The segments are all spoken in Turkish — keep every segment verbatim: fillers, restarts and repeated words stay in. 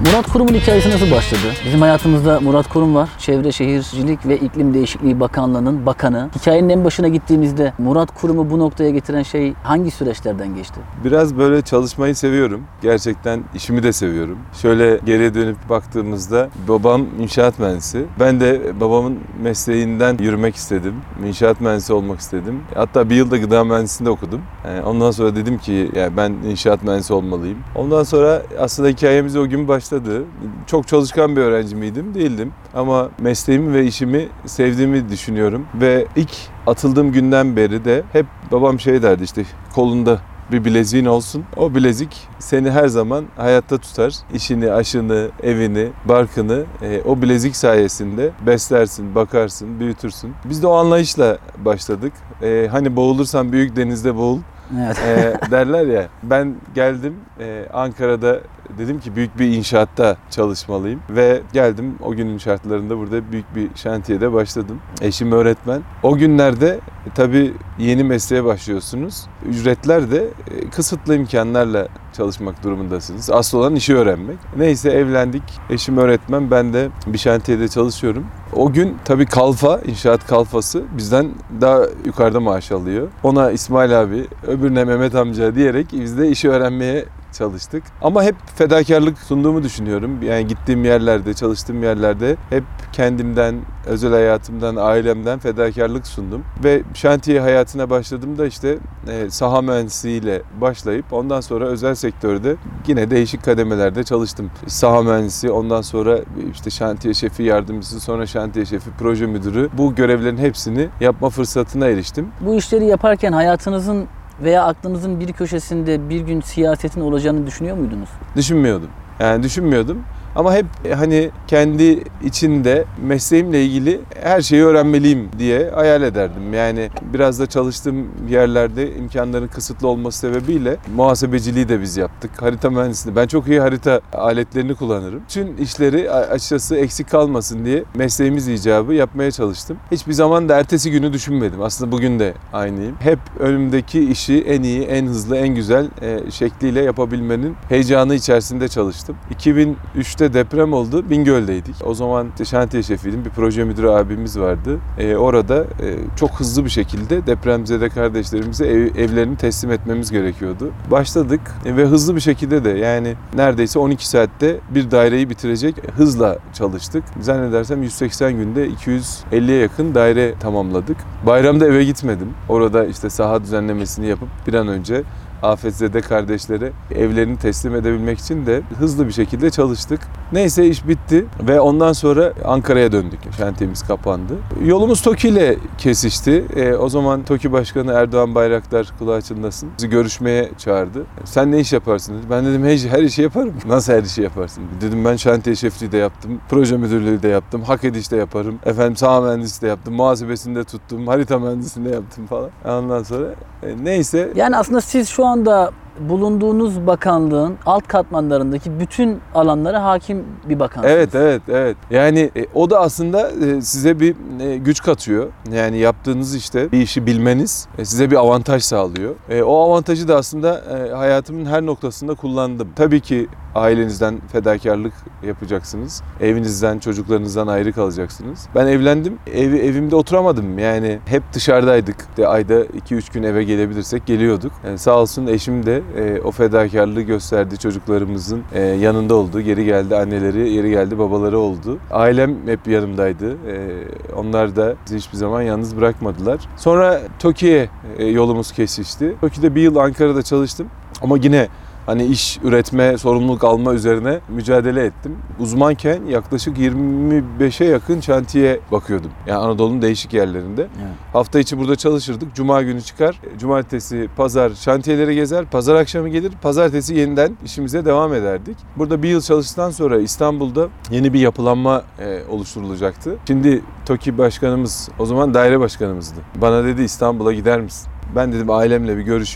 Murat Kurum'un hikayesi nasıl başladı? Bizim hayatımızda Murat Kurum var. Çevre Şehircilik ve İklim Değişikliği Bakanlığı'nın bakanı. Hikayenin en başına gittiğimizde Murat Kurum'u bu noktaya getiren şey hangi süreçlerden geçti? Biraz böyle çalışmayı seviyorum. Gerçekten işimi de seviyorum. Şöyle geriye dönüp baktığımızda babam inşaat mühendisi. Ben de babamın mesleğinden yürümek istedim. İnşaat mühendisi olmak istedim. Hatta bir yılda gıda mühendisliğinde okudum. Yani ondan sonra dedim ki yani ben inşaat mühendisi olmalıyım. Ondan sonra aslında hikayemiz o gün başladı. Çok çalışkan bir öğrenci miydim? Değildim. Ama mesleğimi ve işimi sevdiğimi düşünüyorum. Ve ilk atıldığım günden beri de hep babam şey derdi, işte kolunda bir bileziğin olsun. O bilezik seni her zaman hayatta tutar. İşini, aşını, evini, barkını e, o bilezik sayesinde beslersin, bakarsın, büyütürsün. Biz de o anlayışla başladık. E, hani boğulursan büyük denizde boğul. Evet. e, derler ya. Ben geldim e, Ankara'da, dedim ki büyük bir inşaatta çalışmalıyım ve geldim o günün şartlarında burada büyük bir şantiyede başladım. Eşim öğretmen. O günlerde e, tabii yeni mesleğe başlıyorsunuz. Ücretler de e, kısıtlı imkanlarla çalışmak durumundasınız. Asıl olan işi öğrenmek. Neyse evlendik. Eşim öğretmen, ben de bir şantiyede çalışıyorum. O gün tabii kalfa, inşaat kalfası bizden daha yukarıda maaş alıyor. Ona İsmail abi, öbürüne Mehmet amca diyerek biz de işi öğrenmeye çalıştık. Ama hep fedakarlık sunduğumu düşünüyorum. Yani gittiğim yerlerde, çalıştığım yerlerde hep kendimden, özel hayatımdan, ailemden fedakarlık sundum. Ve şantiye hayatına başladığımda işte e, saha mühendisliğiyle başlayıp ondan sonra özel sektörde yine değişik kademelerde çalıştım. Saha mühendisi, ondan sonra işte şantiye şefi yardımcısı, sonra şantiye şefi, proje müdürü. Bu görevlerin hepsini yapma fırsatına eriştim. Bu işleri yaparken hayatınızın veya aklınızın bir köşesinde bir gün siyasetin olacağını düşünüyor muydunuz? Düşünmüyordum. Yani düşünmüyordum. Ama hep hani kendi içinde mesleğimle ilgili her şeyi öğrenmeliyim diye hayal ederdim. Yani biraz da çalıştığım yerlerde imkanların kısıtlı olması sebebiyle muhasebeciliği de biz yaptık. Harita mühendisliği. Ben çok iyi harita aletlerini kullanırım. Tüm işleri açıkçası eksik kalmasın diye mesleğimiz icabı yapmaya çalıştım. Hiçbir zaman da ertesi günü düşünmedim. Aslında bugün de aynıyım. Hep önümdeki işi en iyi, en hızlı, en güzel şekliyle yapabilmenin heyecanı içerisinde çalıştım. iki bin üçte deprem oldu. Bingöl'deydik. O zaman şantiye şefiydim. Bir proje müdürü abimiz vardı. Ee, orada e, çok hızlı bir şekilde depremzede kardeşlerimize ev, evlerini teslim etmemiz gerekiyordu. Başladık e, ve hızlı bir şekilde de yani neredeyse on iki saatte bir daireyi bitirecek hızla çalıştık. Zannedersem yüz seksen günde iki yüz elliye yakın daire tamamladık. Bayramda eve gitmedim. Orada işte saha düzenlemesini yapıp bir an önce afetzede kardeşlere evlerini teslim edebilmek için de hızlı bir şekilde çalıştık. Neyse iş bitti ve ondan sonra Ankara'ya döndük. Şantiyemiz kapandı. Yolumuz TOKİ ile kesişti. E, o zaman TOKİ Başkanı Erdoğan Bayraktar, kulağı çınlasın, bizi görüşmeye çağırdı. Sen ne iş yaparsın dedi. Ben dedim her, her işi yaparım. Nasıl her işi yaparsın? Dedim ben şantiye şefliği de yaptım, proje müdürlüğü de yaptım, hak ediş de yaparım. Efendim saha mühendisi de yaptım, muhasebesini de tuttum, harita mühendisini de yaptım falan. Ondan sonra e, neyse. Yani aslında siz şu anda bulunduğunuz bakanlığın alt katmanlarındaki bütün alanlara hakim bir bakansınız. Evet, evet, evet. Yani e, o da aslında e, size bir e, güç katıyor. Yani yaptığınız işte bir işi bilmeniz e, size bir avantaj sağlıyor. E, o avantajı da aslında e, hayatımın her noktasında kullandım. Tabii ki ailenizden fedakarlık yapacaksınız. Evinizden, çocuklarınızdan ayrı kalacaksınız. Ben evlendim. Ev, evimde oturamadım. Yani hep dışarıdaydık. De ayda iki üç gün eve gelebilirsek geliyorduk. Yani sağ olsun eşim de e, o fedakarlığı gösterdi. Çocuklarımızın e, yanında oldu. Geri geldi anneleri, geri geldi babaları oldu. Ailem hep yanımdaydı. E, onlar da bizi hiçbir zaman yalnız bırakmadılar. Sonra TOKİ'ye e, yolumuz kesişti. TOKİ'de bir yıl Ankara'da çalıştım. Ama yine hani iş üretme, sorumluluk alma üzerine mücadele ettim. Uzmanken yaklaşık yirmi beşe yakın şantiye bakıyordum. Yani Anadolu'nun değişik yerlerinde. Evet. Hafta içi burada çalışırdık. Cuma günü çıkar. Cumartesi, pazar şantiyeleri gezer. Pazar akşamı gelir. Pazartesi yeniden işimize devam ederdik. Burada bir yıl çalıştıktan sonra İstanbul'da yeni bir yapılanma e, oluşturulacaktı. Şimdi TOKİ başkanımız o zaman daire başkanımızdı. Bana dedi İstanbul'a gider misin? Ben dedim ailemle bir görüşeyim.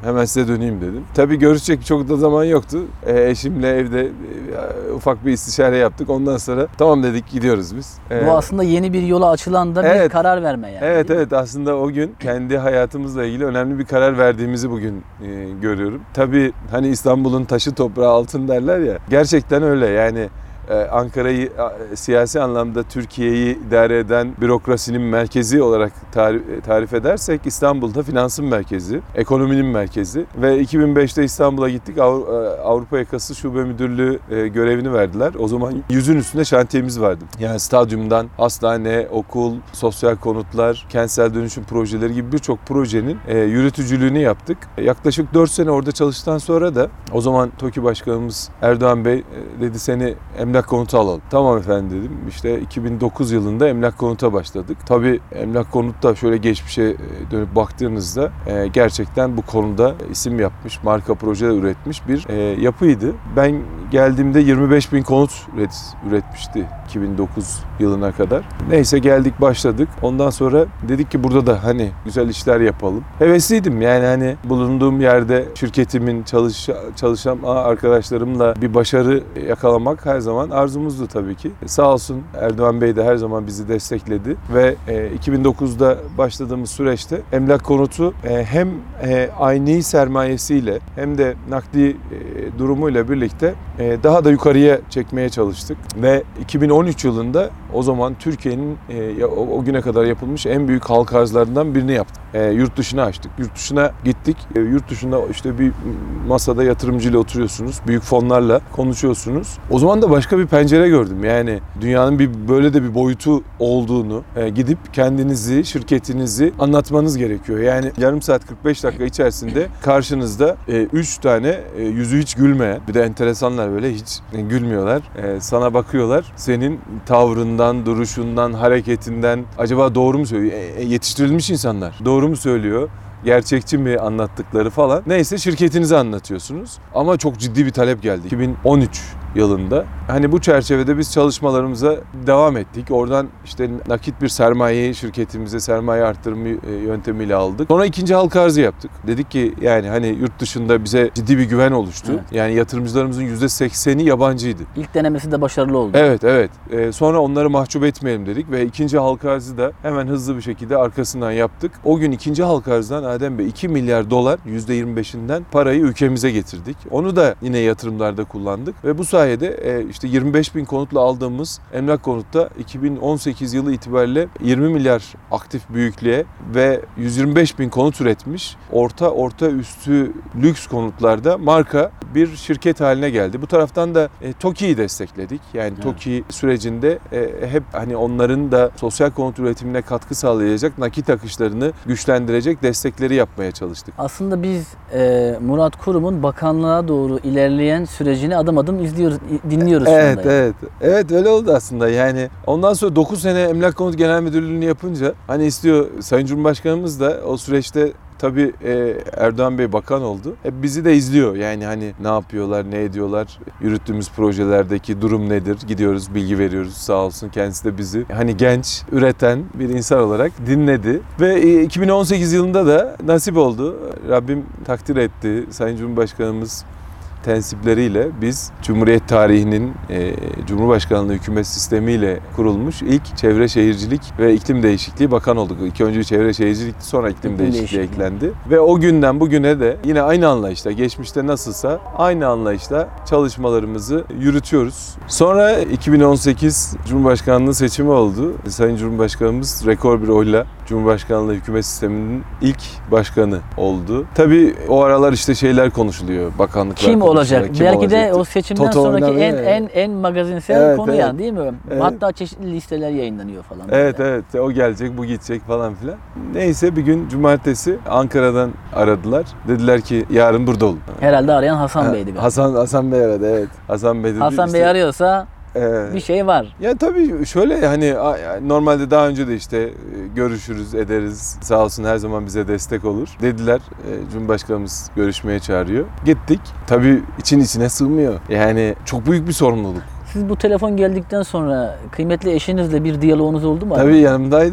Hemen size döneyim dedim. Tabii görüşecek çok da zaman yoktu. E, eşimle evde e, ufak bir istişare yaptık. Ondan sonra tamam dedik, gidiyoruz biz. E, Bu aslında yeni bir yola açılan da bir evet, karar verme yani. Evet evet, aslında o gün kendi hayatımızla ilgili önemli bir karar verdiğimizi bugün e, görüyorum. Tabii hani İstanbul'un taşı toprağı altın derler ya. Gerçekten öyle yani. Ankara'yı siyasi anlamda Türkiye'yi idare eden bürokrasinin merkezi olarak tarif, tarif edersek İstanbul'da finansın merkezi, ekonominin merkezi ve iki bin beşte İstanbul'a gittik. Avrupa Yakası Şube Müdürlüğü görevini verdiler. O zaman yüzün üstünde şantiyemiz vardı. Yani stadyumdan hastane, okul, sosyal konutlar, kentsel dönüşüm projeleri gibi birçok projenin yürütücülüğünü yaptık. Yaklaşık dört sene orada çalıştıktan sonra da o zaman TOKİ Başkanımız Erdoğan Bey dedi, seni emlak konutu alalım. Tamam efendim dedim. İşte iki bin dokuz yılında emlak konuta başladık. Tabii emlak konutta şöyle geçmişe dönüp baktığınızda e, gerçekten bu konuda isim yapmış, marka projeler üretmiş bir e, yapıydı. Ben geldiğimde yirmi beş bin konut üret, üretmişti iki bin dokuz yılına kadar. Neyse geldik, başladık. Ondan sonra dedik ki burada da hani güzel işler yapalım. Hevesliydim yani, hani bulunduğum yerde şirketimin çalış, çalışan arkadaşlarımla bir başarı yakalamak her zaman arzumuzdu tabii ki. Sağ olsun Erdoğan Bey de her zaman bizi destekledi ve iki bin dokuzda başladığımız süreçte emlak konutu hem ayni sermayesiyle hem de nakdi durumuyla birlikte daha da yukarıya çekmeye çalıştık ve iki bin on üç yılında o zaman Türkiye'nin o güne kadar yapılmış en büyük halka arzlarından birini yaptık. Yurt dışına açtık. Yurt dışına gittik. Yurt dışında işte bir masada yatırımcıyla oturuyorsunuz. Büyük fonlarla konuşuyorsunuz. O zaman da başka bir pencere gördüm. Yani dünyanın bir böyle de bir boyutu olduğunu, gidip kendinizi, şirketinizi anlatmanız gerekiyor. Yani yarım saat kırk beş dakika içerisinde karşınızda üç tane yüzü hiç gülmeyen, bir de enteresanlar böyle hiç gülmüyorlar. Sana bakıyorlar. Senin tavrından, duruşundan, hareketinden acaba doğru mu söylüyor? Yetiştirilmiş insanlar. Doğru mu söylüyor? Gerçekçi mi anlattıkları falan. Neyse şirketinizi anlatıyorsunuz. Ama çok ciddi bir talep geldi. iki bin on üç yılında. Hani bu çerçevede biz çalışmalarımıza devam ettik. Oradan işte nakit bir sermayeyi şirketimize sermaye arttırma yöntemiyle aldık. Sonra ikinci halka arzı yaptık. Dedik ki yani hani yurt dışında bize ciddi bir güven oluştu. Evet. Yani yatırımcılarımızın yüzde sekseni yabancıydı. İlk denemesi de başarılı oldu. Evet evet. Ee, sonra onları mahcup etmeyelim dedik ve ikinci halka arzı da hemen hızlı bir şekilde arkasından yaptık. O gün ikinci halka arzdan Adem Bey iki milyar dolar yüzde yirmi beşinden parayı ülkemize getirdik. Onu da yine yatırımlarda kullandık ve bu sayede işte yirmi beş bin konutla aldığımız emlak konutta iki bin on sekiz yılı itibariyle yirmi milyar aktif büyüklüğe ve yüz yirmi beş bin konut üretmiş orta orta üstü lüks konutlarda marka bir şirket haline geldi. Bu taraftan da e, TOKİ'yi destekledik. Yani evet. TOKİ sürecinde e, hep hani onların da sosyal konut üretimine katkı sağlayacak nakit akışlarını güçlendirecek destekleri yapmaya çalıştık. Aslında biz e, Murat Kurum'un bakanlığa doğru ilerleyen sürecini adım adım izliyoruz, dinliyoruz evet, şu anda. Evet, evet. Evet öyle oldu aslında. Yani ondan sonra dokuz sene Emlak Konut Genel Müdürlüğü'nü yapınca hani istiyor Sayın Cumhurbaşkanımız da o süreçte tabii Erdoğan Bey bakan oldu. Hep bizi de izliyor. Yani hani ne yapıyorlar, ne ediyorlar, yürüttüğümüz projelerdeki durum nedir? Gidiyoruz, bilgi veriyoruz. Sağ olsun kendisi de bizi hani genç, üreten bir insan olarak dinledi. Ve iki bin on sekiz yılında da nasip oldu. Rabbim takdir etti. Sayın Cumhurbaşkanımız tensipleriyle biz Cumhuriyet tarihinin e, Cumhurbaşkanlığı hükümet sistemiyle kurulmuş ilk Çevre Şehircilik ve İklim Değişikliği Bakan olduk. İlk önce Çevre Şehircilikti, sonra İklim, İklim Değişikliği, Değişikliği eklendi. Ve o günden bugüne de yine aynı anlayışla, geçmişte nasılsa aynı anlayışla çalışmalarımızı yürütüyoruz. Sonra iki bin on sekiz Cumhurbaşkanlığı seçimi oldu. Sayın Cumhurbaşkanımız rekor bir oyla Cumhurbaşkanlığı hükümet sisteminin ilk başkanı oldu. Tabii o aralar işte şeyler konuşuluyor, bakanlıklar Kim olacak? Kim Belki olacaktı? de o seçimden Toto sonraki en, yani. en en magazinsel evet, konu evet. yani değil mi? Evet. Hatta çeşitli listeler yayınlanıyor falan. Evet böyle. evet o gelecek, bu gidecek falan filan. Neyse bir gün cumartesi Ankara'dan aradılar. Dediler ki yarın burada olun. Herhalde arayan Hasan Bey'di. Galiba. Hasan Hasan Bey aradı, evet. Hasan Bey dedi. Hasan işte, Bey arıyorsa Evet. bir şey var. Ya tabii şöyle hani normalde daha önce de işte görüşürüz, ederiz. Sağ olsun her zaman bize destek olur. Dediler Cumhurbaşkanımız görüşmeye çağırıyor. Gittik. Tabii için içine sığmıyor. Yani çok büyük bir sorumluluk. Siz bu telefon geldikten sonra kıymetli eşinizle bir diyaloğunuz oldu mu? Tabii yanımdaydı.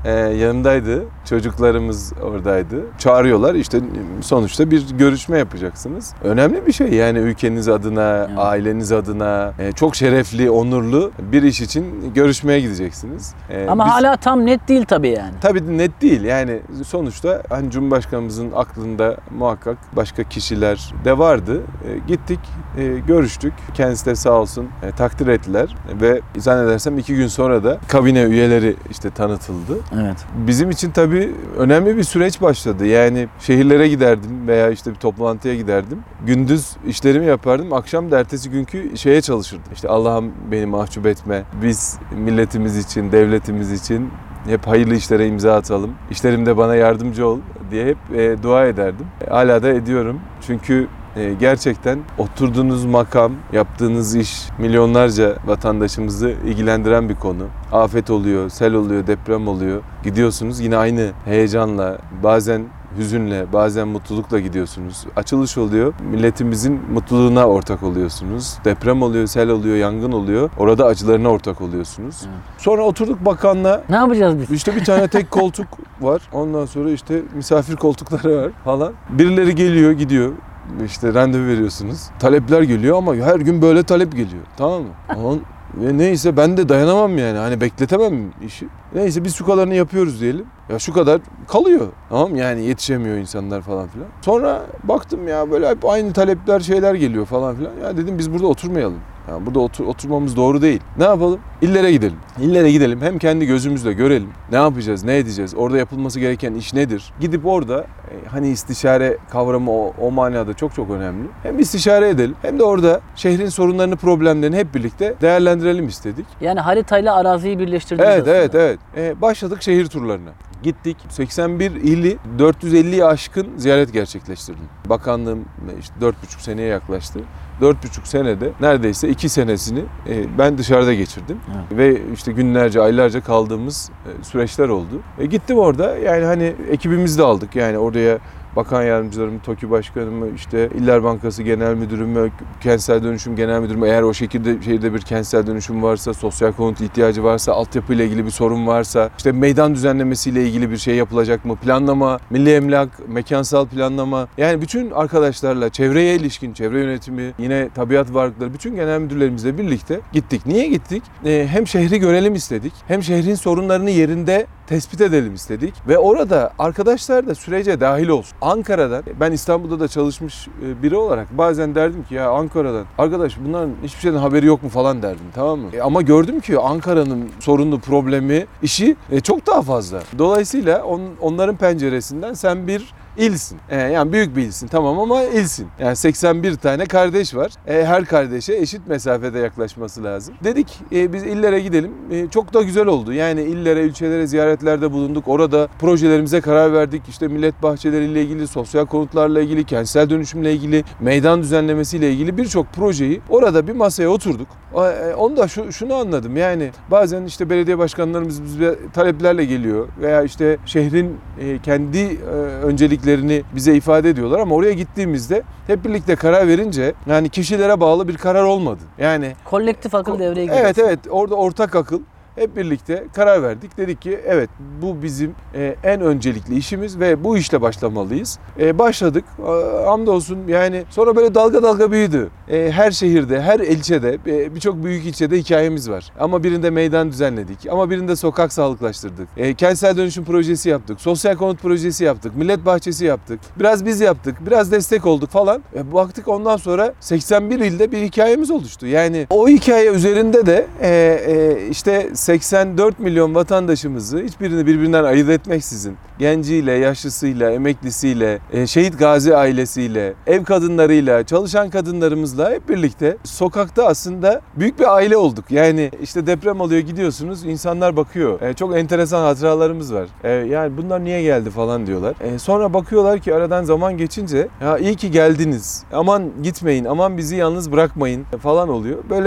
e, yanındaydı. Çocuklarımız oradaydı. Çağırıyorlar. İşte sonuçta bir görüşme yapacaksınız. Önemli bir şey yani ülkeniz adına, evet. aileniz adına e, çok şerefli, onurlu bir iş için görüşmeye gideceksiniz. E, Ama biz, hala tam net değil tabii yani. Tabii net değil. Yani sonuçta hani Cumhurbaşkanımızın aklında muhakkak başka kişiler de vardı. E, gittik, e, görüştük. Kendisi de sağ olsun e, takdir ettiler ve zannedersem iki gün sonra da kabine üyeleri işte tanıtıldı. Evet. Bizim için tabii önemli bir süreç başladı. Yani şehirlere giderdim veya işte bir toplantıya giderdim. Gündüz işlerimi yapardım. Akşam da ertesi günkü şeye çalışırdım. İşte Allah'ım beni mahcup etme. Biz milletimiz için, devletimiz için hep hayırlı işlere imza atalım. İşlerimde bana yardımcı ol diye hep e, dua ederdim. Hala da ediyorum. Çünkü e, gerçekten oturduğunuz makam, yaptığınız iş milyonlarca vatandaşımızı ilgilendiren bir konu. Afet oluyor, sel oluyor, deprem oluyor. Gidiyorsunuz yine aynı heyecanla, bazen hüzünle, bazen mutlulukla gidiyorsunuz. Açılış oluyor, milletimizin mutluluğuna ortak oluyorsunuz. Deprem oluyor, sel oluyor, yangın oluyor. Orada acılarına ortak oluyorsunuz. Evet. Sonra oturduk bakanla. Ne yapacağız biz? İşte bir tane tek koltuk var. Ondan sonra işte misafir koltukları var falan. Birileri geliyor, gidiyor. İşte randevu veriyorsunuz. Talepler geliyor ama her gün böyle talep geliyor. Tamam mı? Ama ve neyse ben de dayanamam yani. Hani bekletemem işi. Neyse biz şu kadarını yapıyoruz diyelim. Ya şu kadar kalıyor. Tamam yani yetişemiyor insanlar falan filan. Sonra baktım ya böyle hep aynı talepler şeyler geliyor falan filan. Ya dedim biz burada oturmayalım. Yani burada otur, oturmamız doğru değil. Ne yapalım? İllere gidelim. İllere gidelim. Hem kendi gözümüzle görelim. Ne yapacağız? Ne edeceğiz? Orada yapılması gereken iş nedir? Gidip orada e, hani istişare kavramı o, o manada çok çok önemli. Hem istişare edelim hem de orada şehrin sorunlarını, problemlerini hep birlikte değerlendirelim istedik. Yani haritayla araziyi birleştirdiniz Evet, aslında. evet, evet. E, başladık şehir turlarına. Gittik. seksen bir ili dört yüz elliye aşkın ziyaret gerçekleştirdim. Bakanlığım işte dört buçuk seneye yaklaştı. dört buçuk senede neredeyse iki senesini ben dışarıda geçirdim. Evet. Ve işte günlerce, aylarca kaldığımız süreçler oldu. E gittim orada yani hani ekibimizi de aldık. Yani oraya bakan yardımcılarım, TOKİ Başkanımı, işte İller Bankası Genel Müdürümü, Kentsel Dönüşüm Genel Müdürümü, eğer o şekilde şehirde bir kentsel dönüşüm varsa, sosyal konut ihtiyacı varsa, altyapıyla ilgili bir sorun varsa, işte meydan düzenlemesiyle ilgili bir şey yapılacak mı, planlama, milli emlak, mekansal planlama, yani bütün arkadaşlarla çevreye ilişkin, çevre yönetimi, yine tabiat varlıkları, bütün genel müdürlerimizle birlikte gittik. Niye gittik? Ee, hem şehri görelim istedik, hem şehrin sorunlarını yerinde tespit edelim istedik ve orada arkadaşlar da sürece dahil olsun. Ankara'dan, ben İstanbul'da da çalışmış biri olarak bazen derdim ki ya Ankara'dan, arkadaş bunların hiçbir şeyden haberi yok mu falan derdim, tamam mı? E ama gördüm ki Ankara'nın sorunlu, problemi, işi e, çok daha fazla. Dolayısıyla on, onların penceresinden sen bir İlsin. Ee, yani büyük bir ilsin tamam ama ilsin. Yani seksen bir tane kardeş var. Ee, her kardeşe eşit mesafede yaklaşması lazım. Dedik e, biz illere gidelim. E, çok da güzel oldu. Yani illere, ilçelere ziyaretlerde bulunduk. Orada projelerimize karar verdik. İşte millet bahçeleriyle ilgili, sosyal konutlarla ilgili, kentsel dönüşümle ilgili, meydan düzenlemesiyle ilgili birçok projeyi orada bir masaya oturduk. E, onu da şu, şunu anladım. Yani bazen işte belediye başkanlarımız bize taleplerle geliyor veya işte şehrin e, kendi e, öncelikleri bize ifade ediyorlar ama oraya gittiğimizde hep birlikte karar verince yani kişilere bağlı bir karar olmadı. Yani kolektif akıl devreye giriyor. Evet evet orada ortak akıl. Hep birlikte karar verdik. Dedik ki evet bu bizim e, en öncelikli işimiz ve bu işle başlamalıyız. E, başladık. E, hamdolsun yani sonra böyle dalga dalga büyüdü. E, her şehirde, her ilçede, e, birçok büyük ilçede hikayemiz var. Ama birinde meydan düzenledik. Ama birinde sokak sağlıklaştırdık. E, kentsel dönüşüm projesi yaptık. Sosyal konut projesi yaptık. Millet bahçesi yaptık. Biraz biz yaptık. Biraz destek olduk falan. E, baktık ondan sonra seksen bir ilde bir hikayemiz oluştu. Yani o hikaye üzerinde de e, e, işte seksen dört milyon vatandaşımızı hiçbirini birbirinden ayırt etmeksizin genciyle, yaşlısıyla, emeklisiyle, şehit gazi ailesiyle, ev kadınlarıyla, çalışan kadınlarımızla hep birlikte sokakta aslında büyük bir aile olduk. Yani işte deprem oluyor gidiyorsunuz insanlar bakıyor. Çok enteresan hatıralarımız var. Yani bunlar niye geldi falan diyorlar. Sonra bakıyorlar ki aradan zaman geçince ya iyi ki geldiniz. Aman gitmeyin, aman bizi yalnız bırakmayın falan oluyor. Böyle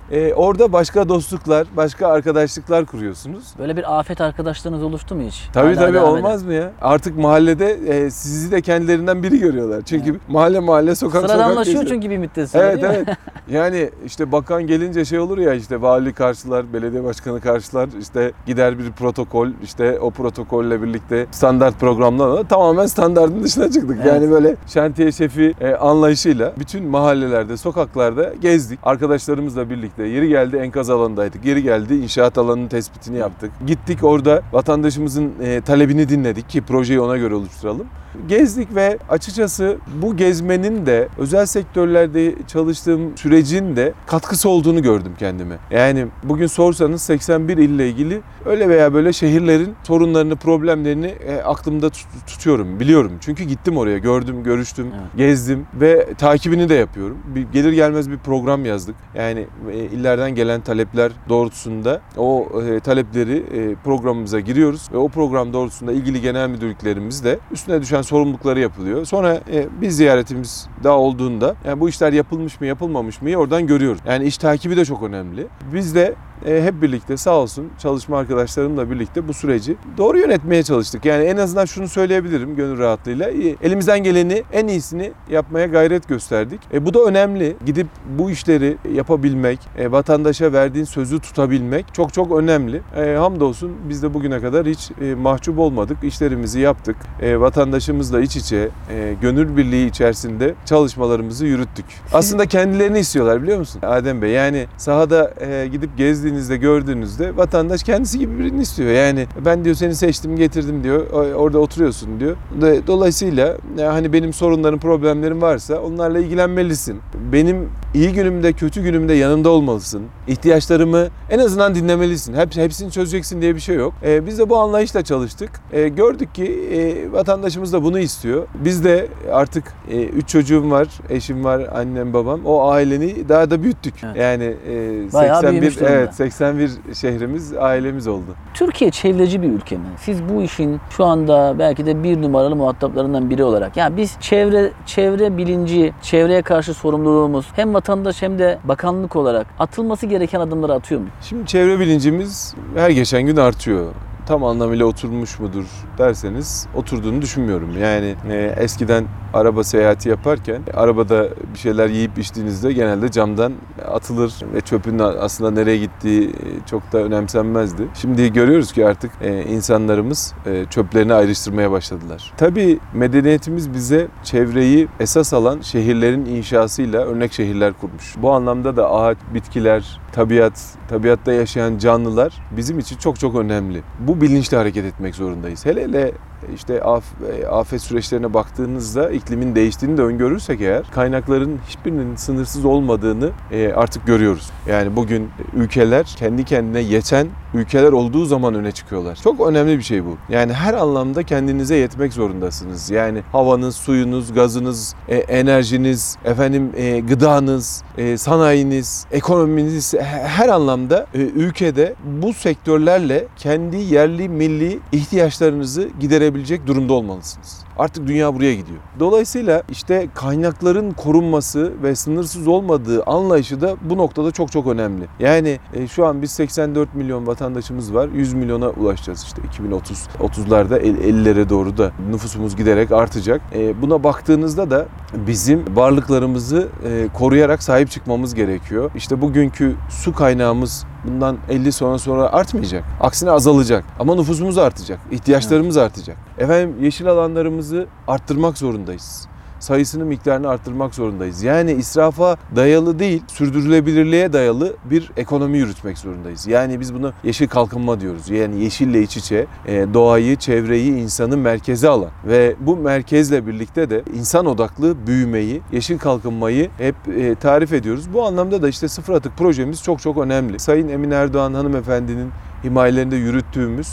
e, orada başka dostluklar, başka arkadaşlıklar kuruyorsunuz. Böyle bir afet arkadaşlarınız oluştu mu hiç? Tabii Hala tabii devam olmaz mı ya? Artık mahallede e, sizi de kendilerinden biri görüyorlar. Çünkü Evet. mahalle mahalle sokak sokak Sıradanlaşıyor geziyor. çünkü bir müddet sonra, Evet değil mi? evet. Yani işte bakan gelince şey olur ya, işte vali karşılar, belediye başkanı karşılar, işte gider bir protokol, işte o protokolle birlikte standart programlar, tamamen standartın dışına çıktık. Evet. Yani böyle şantiye şefi e, anlayışıyla bütün mahallelerde, sokaklarda gezdik. Arkadaşlarımızla birlikte yeri geldi enkaz alanındaydık. Yeri geldi inşaat alanının tespitini yaptık. Gittik orada vatandaşımızın e, talebini dinledik ki projeyi ona göre oluşturalım. Gezdik ve açıkçası bu gezmenin de özel sektörlerde çalıştığım sürecin de katkısı olduğunu gördüm kendime. Yani bugün sorsanız seksen bir ille ilgili öyle veya böyle şehirlerin sorunlarını, problemlerini e, aklımda tut- tutuyorum, biliyorum. Çünkü gittim oraya, gördüm, görüştüm, Evet. gezdim ve takibini de yapıyorum. Bir, gelir gelmez bir program yazdık. Yani e, illerden gelen talepler doğrultusunda o e, talepleri e, programımıza giriyoruz ve o program doğrultusunda ilgili genel müdürlüklerimiz de üstüne düşen sorumlulukları yapılıyor. Sonra e, bir ziyaretimiz daha olduğunda yani bu işler yapılmış mı yapılmamış mı oradan görüyoruz. Yani iş takibi de çok önemli. Biz de e, hep birlikte sağ olsun çalışma arkadaşlarımla birlikte bu süreci doğru yönetmeye çalıştık. Yani en azından şunu söyleyebilirim gönül rahatlığıyla. E, elimizden geleni en iyisini yapmaya gayret gösterdik. E, bu da önemli. Gidip bu işleri yapabilmek, e, vatandaşa verdiğin sözü tutabilmek çok çok önemli. E, hamdolsun biz de bugüne kadar hiç e, mahcup olmadık. İşlerimizi yaptık. E, vatandaşımızla iç içe, e, gönül birliği içerisinde çalışmalarımızı yürüttük. Aslında kendilerini istiyorlar, biliyor musun Adem Bey? Yani sahada e, gidip gezdiğinizde, gördüğünüzde vatandaş kendisi gibi birini istiyor. Yani ben diyor seni seçtim, getirdim diyor. Orada oturuyorsun diyor. Dolayısıyla hani benim sorunlarım, problemlerim varsa onlarla ilgilenmelisin. Benim iyi günümde, kötü günümde yanımda olmalısın. İhtiyaçlarımı en azından dinlemelisin. Hep, hepsini çözeceksin diye bir şey yok. E, biz de bu anlayışla çalıştık. E, gördük ki e, vatandaşımız da bunu istiyor. Biz de artık e, üç çocuğum var, eşim var, annem, babam. O aileni daha da büyüttük. Evet. Yani e, Bayağı seksen büyümüş bir durumda. evet seksen bir şehrimiz ailemiz oldu. Türkiye çevreci bir ülke mi? Siz bu işin şu anda belki de bir numaralı muhataplarından biri olarak. Yani biz çevre çevre bilinci, çevreye karşı sorumluluğumuz hem vatandaş hem de bakanlık olarak atılması gereken adımları atıyor mu? Şimdi çevre bilincimiz her geçen gün artıyor. Tam anlamıyla oturmuş mudur derseniz oturduğunu düşünmüyorum. Yani e, eskiden araba seyahati yaparken arabada bir şeyler yiyip içtiğinizde genelde camdan atılır ve çöpün aslında nereye gittiği çok da önemsenmezdi. Şimdi görüyoruz ki artık e, insanlarımız e, çöplerini ayrıştırmaya başladılar. Tabii medeniyetimiz bize çevreyi esas alan şehirlerin inşasıyla örnek şehirler kurmuş. Bu anlamda da ağaç, bitkiler, tabiat, tabiatta yaşayan canlılar bizim için çok çok önemli. Bu bilinçle hareket etmek zorundayız. Hele hele işte afet süreçlerine baktığınızda iklimin değiştiğini de öngörürsek eğer kaynakların hiçbirinin sınırsız olmadığını artık görüyoruz. Yani bugün ülkeler kendi kendine yeten ülkeler olduğu zaman öne çıkıyorlar. Çok önemli bir şey bu. Yani her anlamda kendinize yetmek zorundasınız. Yani havanız, suyunuz, gazınız, enerjiniz, efendim gıdanız, sanayiniz, ekonominiz her anlamda ülkede bu sektörlerle kendi yerli milli ihtiyaçlarınızı giderebilecek durumda olmalısınız. Artık dünya buraya gidiyor. Dolayısıyla işte kaynakların korunması ve sınırsız olmadığı anlayışı da bu noktada çok çok önemli. Yani e, şu an biz seksen dört milyon vatandaşımız var. yüz milyona ulaşacağız işte iki bin otuz otuzlarda ellilere doğru da nüfusumuz giderek artacak. E, buna baktığınızda da bizim varlıklarımızı e, koruyarak sahip çıkmamız gerekiyor. İşte bugünkü su kaynağımız bundan elli sene sonra artmayacak. Aksine azalacak. Ama nüfusumuz artacak. İhtiyaçlarımız evet. artacak. Efendim yeşil alanlarımızı arttırmak zorundayız. Sayısını, miktarını arttırmak zorundayız. Yani israfa dayalı değil, sürdürülebilirliğe dayalı bir ekonomi yürütmek zorundayız. Yani biz bunu yeşil kalkınma diyoruz. Yani yeşille iç içe doğayı, çevreyi, insanı merkeze alan ve bu merkezle birlikte de insan odaklı büyümeyi, yeşil kalkınmayı hep tarif ediyoruz. Bu anlamda da işte sıfır atık projemiz çok çok önemli. Sayın Emine Erdoğan hanımefendinin himayelerinde yürüttüğümüz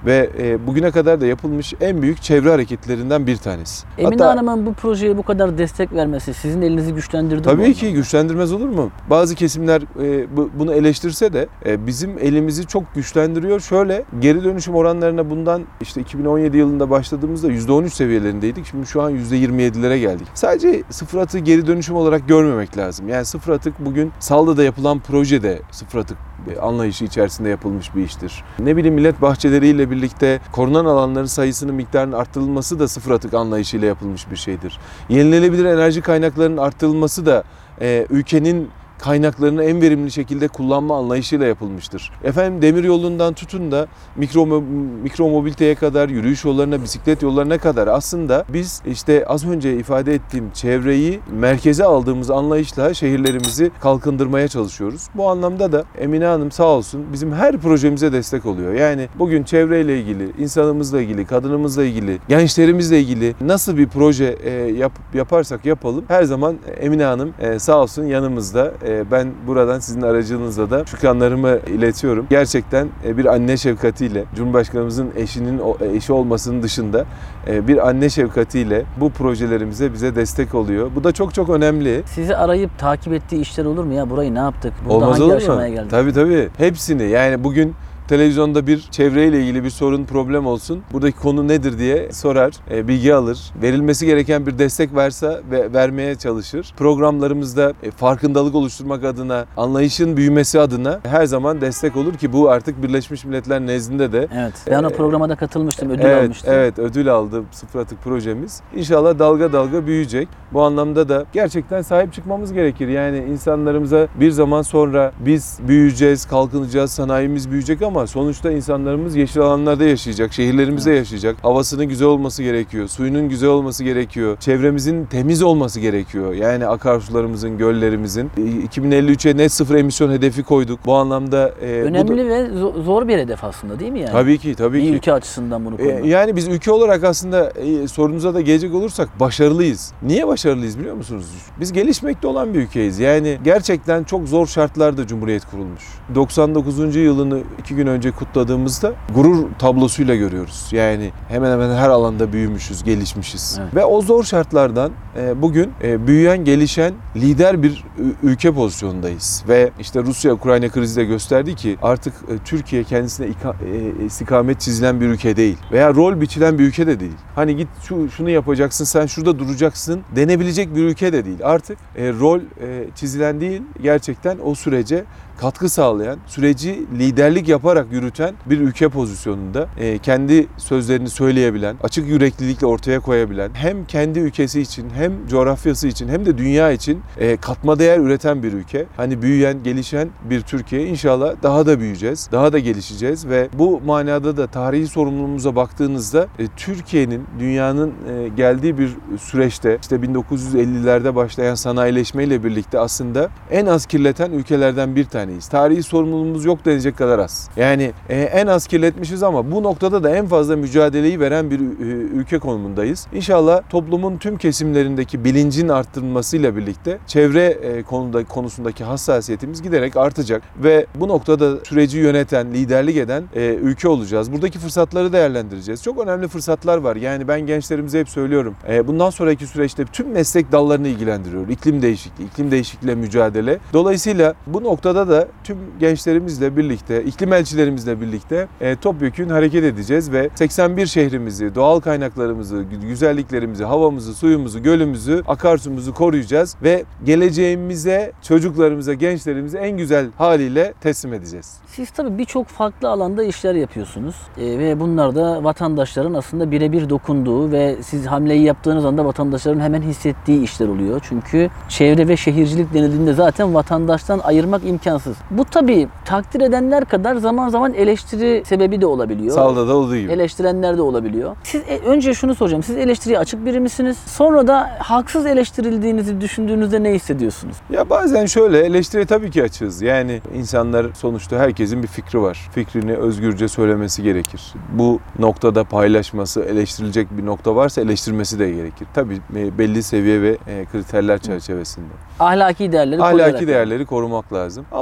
ve e, bugüne kadar da yapılmış en büyük çevre hareketlerinden bir tanesi. Emine Hatta, Hanım'ın bu projeye bu kadar destek vermesi sizin elinizi güçlendirdi mi? Tabii ki güçlendirmez olur mu? Bazı kesimler e, bu, bunu eleştirse de e, bizim elimizi çok güçlendiriyor. Şöyle, geri dönüşüm oranlarına bundan işte iki bin on yedi yılında başladığımızda yüzde on üç seviyelerindeydik. Şimdi şu an yüzde yirmi yedilere geldik. Sadece sıfır atığı geri dönüşüm olarak görmemek lazım. Yani sıfır atık bugün Salda'da yapılan projede sıfır atık anlayışı içerisinde yapılmış bir iştir. Ne bileyim, millet bahçeleriyle birlikte korunan alanların sayısının, miktarının arttırılması da sıfır atık anlayışıyla yapılmış bir şeydir. Yenilenebilir enerji kaynaklarının arttırılması da e, ülkenin kaynaklarını en verimli şekilde kullanma anlayışıyla yapılmıştır. Efendim, demir yolundan tutun da mikro, mikro mobiliteye kadar, yürüyüş yollarına, bisiklet yollarına kadar aslında biz işte az önce ifade ettiğim çevreyi merkeze aldığımız anlayışla şehirlerimizi kalkındırmaya çalışıyoruz. Bu anlamda da Emine Hanım sağ olsun bizim her projemize destek oluyor. Yani bugün çevreyle ilgili, insanımızla ilgili, kadınımızla ilgili, gençlerimizle ilgili nasıl bir proje yap, yaparsak yapalım her zaman Emine Hanım sağ olsun yanımızda. Ben buradan sizin aracınızla da şükranlarımı iletiyorum. Gerçekten bir anne şefkatiyle, Cumhurbaşkanımızın eşinin eşi olmasının dışında bir anne şefkatiyle bu projelerimize bize destek oluyor. Bu da çok çok önemli. Sizi arayıp takip ettiği işler olur mu ya? Burayı ne yaptık? Burada Olmaz hangi olur mu? aşamaya geldik? Tabii tabii. Hepsini. Yani bugün televizyonda bir çevreyle ilgili bir sorun, problem olsun. Buradaki konu nedir diye sorar, e, bilgi alır. Verilmesi gereken bir destek varsa ve vermeye çalışır. Programlarımızda e, farkındalık oluşturmak adına, anlayışın büyümesi adına her zaman destek olur ki bu artık Birleşmiş Milletler nezdinde de. Evet. Ben o programa da katılmıştım, ödül evet, almıştım. Evet, ödül aldı sıfır atık projemiz. İnşallah dalga dalga büyüyecek. Bu anlamda da gerçekten sahip çıkmamız gerekir. Yani insanlarımıza bir zaman sonra biz büyüyeceğiz, kalkınacağız, sanayimiz büyüyecek ama sonuçta insanlarımız yeşil alanlarda yaşayacak, şehirlerimizde evet. yaşayacak. Havasının güzel olması gerekiyor, suyunun güzel olması gerekiyor, çevremizin temiz olması gerekiyor. Yani akarsularımızın, göllerimizin. iki bin elli üçe net sıfır emisyon hedefi koyduk. Bu anlamda e, önemli bu da... ve zor bir hedef aslında değil mi yani? Tabii ki, tabii bir ki. ülke açısından bunu koymak. E, yani biz ülke olarak aslında e, sorunuza da gelecek olursak başarılıyız. Niye başarılıyız biliyor musunuz? Biz gelişmekte olan bir ülkeyiz. Yani gerçekten çok zor şartlarda Cumhuriyet kurulmuş. doksan dokuzuncu yılını iki gün önce kutladığımızda gurur tablosuyla görüyoruz. Yani hemen hemen her alanda büyümüşüz, gelişmişiz. Evet. Ve o zor şartlardan e, bugün e, büyüyen, gelişen lider bir ülke pozisyondayız. Ve işte Rusya-Ukrayna krizi de gösterdi ki artık e, Türkiye kendisine ika, e, istikamet çizilen bir ülke değil. Veya rol biçilen bir ülke de değil. Hani git şu şunu yapacaksın, sen şurada duracaksın denebilecek bir ülke de değil. Artık e, rol e, çizilen değil, gerçekten o sürece katkı sağlayan, süreci liderlik yaparak yürüten bir ülke pozisyonunda e, kendi sözlerini söyleyebilen, açık yüreklilikle ortaya koyabilen, hem kendi ülkesi için hem coğrafyası için hem de dünya için e, katma değer üreten bir ülke. Hani büyüyen, gelişen bir Türkiye. İnşallah daha da büyüyeceğiz, daha da gelişeceğiz ve bu manada da tarihi sorumluluğumuza baktığınızda e, Türkiye'nin dünyanın e, geldiği bir süreçte işte bin dokuz yüz ellilerde başlayan sanayileşmeyle birlikte aslında en az kirleten ülkelerden bir tanesi. Tarihi sorumluluğumuz yok denecek kadar az. Yani e, en az kirletmişiz ama bu noktada da en fazla mücadeleyi veren bir e, ülke konumundayız. İnşallah toplumun tüm kesimlerindeki bilincin arttırılmasıyla birlikte çevre e, konuda konusundaki hassasiyetimiz giderek artacak ve bu noktada süreci yöneten, liderlik eden e, ülke olacağız. Buradaki fırsatları değerlendireceğiz. Çok önemli fırsatlar var. Yani ben gençlerimize hep söylüyorum. E, bundan sonraki süreçte tüm meslek dallarını ilgilendiriyor. İklim değişikliği, iklim değişikliğiyle mücadele. Dolayısıyla bu noktada da tüm gençlerimizle birlikte, iklim elçilerimizle birlikte e, topyekün hareket edeceğiz ve seksen bir şehrimizi, doğal kaynaklarımızı, güzelliklerimizi, havamızı, suyumuzu, gölümüzü, akarsumuzu koruyacağız ve geleceğimize, çocuklarımıza, gençlerimize en güzel haliyle teslim edeceğiz. Siz tabii birçok farklı alanda işler yapıyorsunuz e, ve bunlar da vatandaşların aslında birebir dokunduğu ve siz hamleyi yaptığınız anda vatandaşların hemen hissettiği işler oluyor. Çünkü çevre ve şehircilik denildiğinde zaten vatandaştan ayırmak imkansız. Bu tabii takdir edenler kadar zaman zaman eleştiri sebebi de olabiliyor. Sağda da olduğu gibi. Eleştirenler de olabiliyor. Siz e, önce şunu soracağım. Siz eleştiriye açık biri misiniz? Sonra da haksız eleştirildiğinizi düşündüğünüzde ne hissediyorsunuz? Ya bazen şöyle, eleştiriye tabii ki açığız. Yani insanlar sonuçta herkesin bir fikri var. Fikrini özgürce söylemesi gerekir. Bu noktada paylaşması, eleştirilecek bir nokta varsa eleştirmesi de gerekir. Tabii belli seviye ve kriterler çerçevesinde. Ahlaki değerleri Ahlaki değerleri korumak lazım. Ama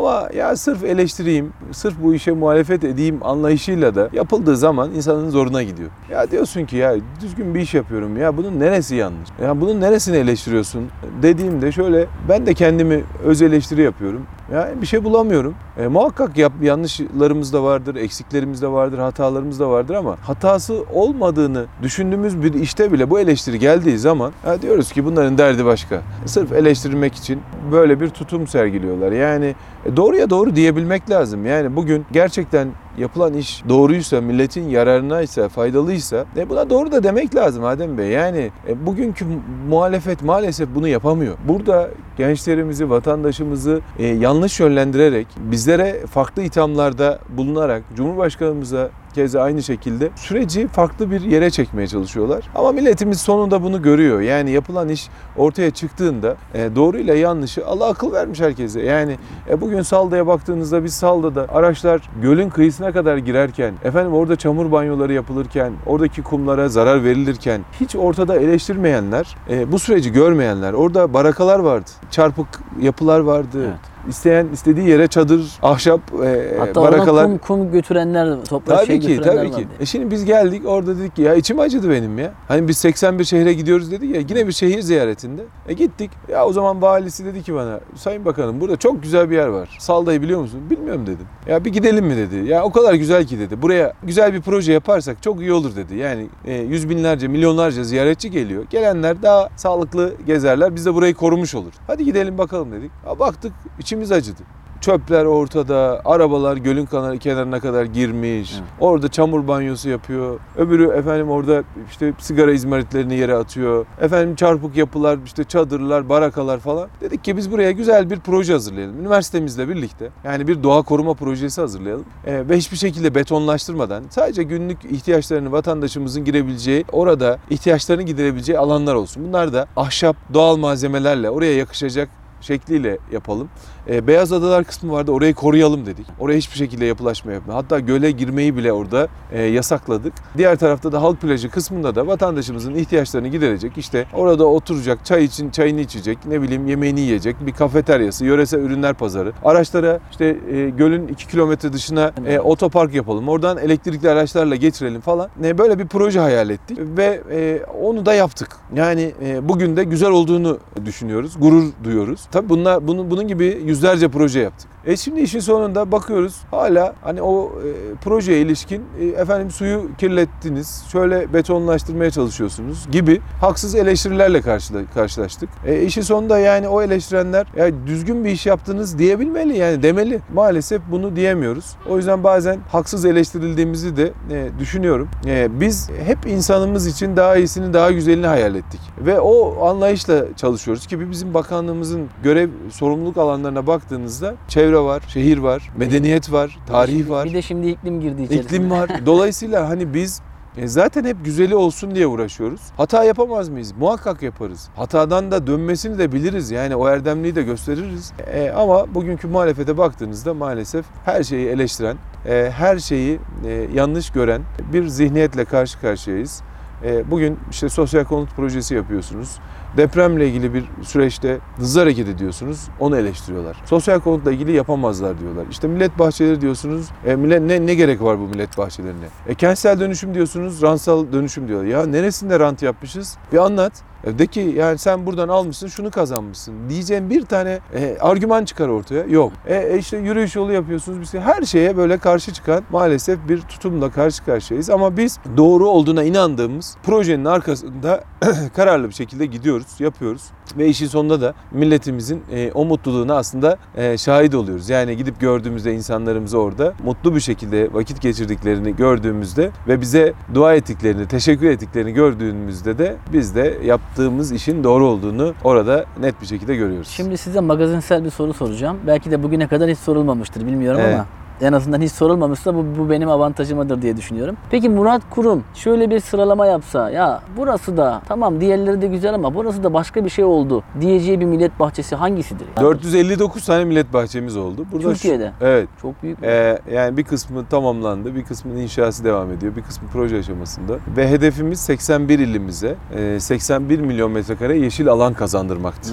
Ama ya sırf eleştireyim, sırf bu işe muhalefet edeyim anlayışıyla da yapıldığı zaman insanın zoruna gidiyor. Ya diyorsun ki ya düzgün bir iş yapıyorum ya bunun neresi yanlış? Ya bunun neresini eleştiriyorsun dediğimde şöyle ben de kendimi öz eleştiri yapıyorum. Ya bir şey bulamıyorum. E, muhakkak yap, yanlışlarımız da vardır, eksiklerimiz de vardır, hatalarımız da vardır ama hatası olmadığını düşündüğümüz bir işte bile bu eleştiri geldiği zaman ya diyoruz ki bunların derdi başka. Sırf eleştirmek için böyle bir tutum sergiliyorlar. Yani e, doğruya doğru diyebilmek lazım. Yani bugün gerçekten yapılan iş doğruysa, milletin yararınaysa, faydalıysa e buna doğru da demek lazım Adem Bey. Yani e, bugünkü muhalefet maalesef bunu yapamıyor. Burada gençlerimizi, vatandaşımızı e, yanlış yönlendirerek, bizlere farklı ithamlarda bulunarak, Cumhurbaşkanımıza keza aynı şekilde süreci farklı bir yere çekmeye çalışıyorlar. Ama milletimiz sonunda bunu görüyor. Yani yapılan iş ortaya çıktığında e, doğruyla yanlışı Allah akıl vermiş herkese. Yani e, bugün Salda'ya baktığınızda biz Salda'da araçlar gölün kıyısına kadar girerken, efendim orada çamur banyoları yapılırken, oradaki kumlara zarar verilirken hiç ortada eleştirmeyenler, e, bu süreci görmeyenler, orada barakalar vardı, çarpık yapılar vardı. Evet. İsteyen istediği yere çadır, ahşap, e, hatta barakalar. Hatta kum, kum götürenler, toprak tabii şey ki, götürenler tabii vardı. ki. E şimdi biz geldik orada dedik ki ya içim acıdı benim ya. Hani biz seksen bir şehre gidiyoruz dedik ya yine bir şehir ziyaretinde. E gittik. Ya o zaman valisi dedi ki bana Sayın Bakanım burada çok güzel bir yer var. Salda'yı biliyor musun? Bilmiyorum dedim. Ya bir gidelim mi dedi. Ya o kadar güzel ki dedi. Buraya güzel bir proje yaparsak çok iyi olur dedi. Yani e, yüz binlerce, milyonlarca ziyaretçi geliyor. Gelenler daha sağlıklı gezerler. Biz de burayı korumuş olur. Hadi gidelim bakalım dedik. Ya baktık içimiz acıdı. Çöpler ortada, arabalar gölün kenarına kadar girmiş. Evet. Orada çamur banyosu yapıyor. Öbürü efendim orada işte sigara izmaritlerini yere atıyor. Efendim çarpık yapılar, işte çadırlar, barakalar falan. Dedik ki biz buraya güzel bir proje hazırlayalım. Üniversitemizle birlikte. Yani bir doğa koruma projesi hazırlayalım. Ee, ve hiçbir şekilde betonlaştırmadan sadece günlük ihtiyaçlarını vatandaşımızın girebileceği, orada ihtiyaçlarını giderebileceği alanlar olsun. Bunlar da ahşap, doğal malzemelerle oraya yakışacak şekliyle yapalım. E, Beyaz Adalar kısmı vardı, orayı koruyalım dedik. Oraya hiçbir şekilde yapılaşma yapma. Hatta göle girmeyi bile orada e, yasakladık. Diğer tarafta da halk plajı kısmında da vatandaşımızın ihtiyaçlarını giderecek. İşte orada oturacak, çay için çayını içecek, ne bileyim yemeğini yiyecek, bir kafeteryası, yöresel ürünler pazarı. Araçlara işte e, gölün iki kilometre dışına e, otopark yapalım. Oradan elektrikli araçlarla geçirelim falan. E, böyle bir proje hayal ettik ve e, onu da yaptık. Yani e, bugün de güzel olduğunu düşünüyoruz, gurur duyuyoruz. Tabii bunlar bunun bunun gibi yüzlerce proje yaptık. E şimdi işin sonunda bakıyoruz hala hani o e, projeye ilişkin e, efendim suyu kirlettiniz, şöyle betonlaştırmaya çalışıyorsunuz gibi haksız eleştirilerle karşıla, karşılaştık. E, işin sonunda yani o eleştirenler ya düzgün bir iş yaptınız diyebilmeli yani demeli. Maalesef bunu diyemiyoruz. O yüzden bazen haksız eleştirildiğimizi de e, düşünüyorum. E, biz hep insanımız için daha iyisini, daha güzelini hayal ettik. Ve o anlayışla çalışıyoruz ki bizim bakanlığımızın görev, sorumluluk alanlarına baktığınızda çevre var, şehir var, medeniyet var, tarih var. Bir de şimdi iklim girdi içerisine. İklim var. Dolayısıyla hani biz zaten hep güzeli olsun diye uğraşıyoruz. Hata yapamaz mıyız? Muhakkak yaparız. Hatadan da dönmesini de biliriz. Yani o erdemliği de gösteririz. E, ama bugünkü muhalefete baktığınızda maalesef her şeyi eleştiren, e, her şeyi e, yanlış gören bir zihniyetle karşı karşıyayız. E, bugün işte sosyal konut projesi yapıyorsunuz. Depremle ilgili bir süreçte hızlı hareket ediyorsunuz, onu eleştiriyorlar. Sosyal konutla ilgili yapamazlar diyorlar. İşte millet bahçeleri diyorsunuz, e, millet, ne, ne gerek var bu millet bahçelerine? E, kentsel dönüşüm diyorsunuz, rantsal dönüşüm diyorlar. Ya neresinde rant yapmışız? Bir anlat. De ki yani sen buradan almışsın, şunu kazanmışsın diyeceğim bir tane e, argüman çıkar ortaya. Yok. E, işte yürüyüş yolu yapıyorsunuz. Biz her şeye böyle karşı çıkan maalesef bir tutumla karşı karşıyayız. Ama biz doğru olduğuna inandığımız projenin arkasında kararlı bir şekilde gidiyoruz, yapıyoruz. Ve işin sonunda da milletimizin e, o mutluluğuna aslında e, şahit oluyoruz. Yani gidip gördüğümüzde insanlarımızı orada mutlu bir şekilde vakit geçirdiklerini gördüğümüzde ve bize dua ettiklerini, teşekkür ettiklerini gördüğümüzde de biz de yaptığımız işin doğru olduğunu orada net bir şekilde görüyoruz. Şimdi size magazinsel bir soru soracağım. Belki de bugüne kadar hiç sorulmamıştır bilmiyorum evet. ama en azından hiç sorulmamışsa bu, bu benim avantajımadır diye düşünüyorum. Peki Murat Kurum şöyle bir sıralama yapsa, ya burası da tamam diğerleri de güzel ama burası da başka bir şey oldu diyeceği bir millet bahçesi hangisidir? Yani dört yüz elli dokuz tane millet bahçemiz oldu. Burada Türkiye'de. Şu, evet. Çok büyük. Ee, yani bir kısmı tamamlandı, bir kısmının inşası devam ediyor, bir kısmı proje aşamasında. Ve hedefimiz seksen bir ilimize seksen bir milyon metrekare yeşil alan kazandırmaktı. Evet.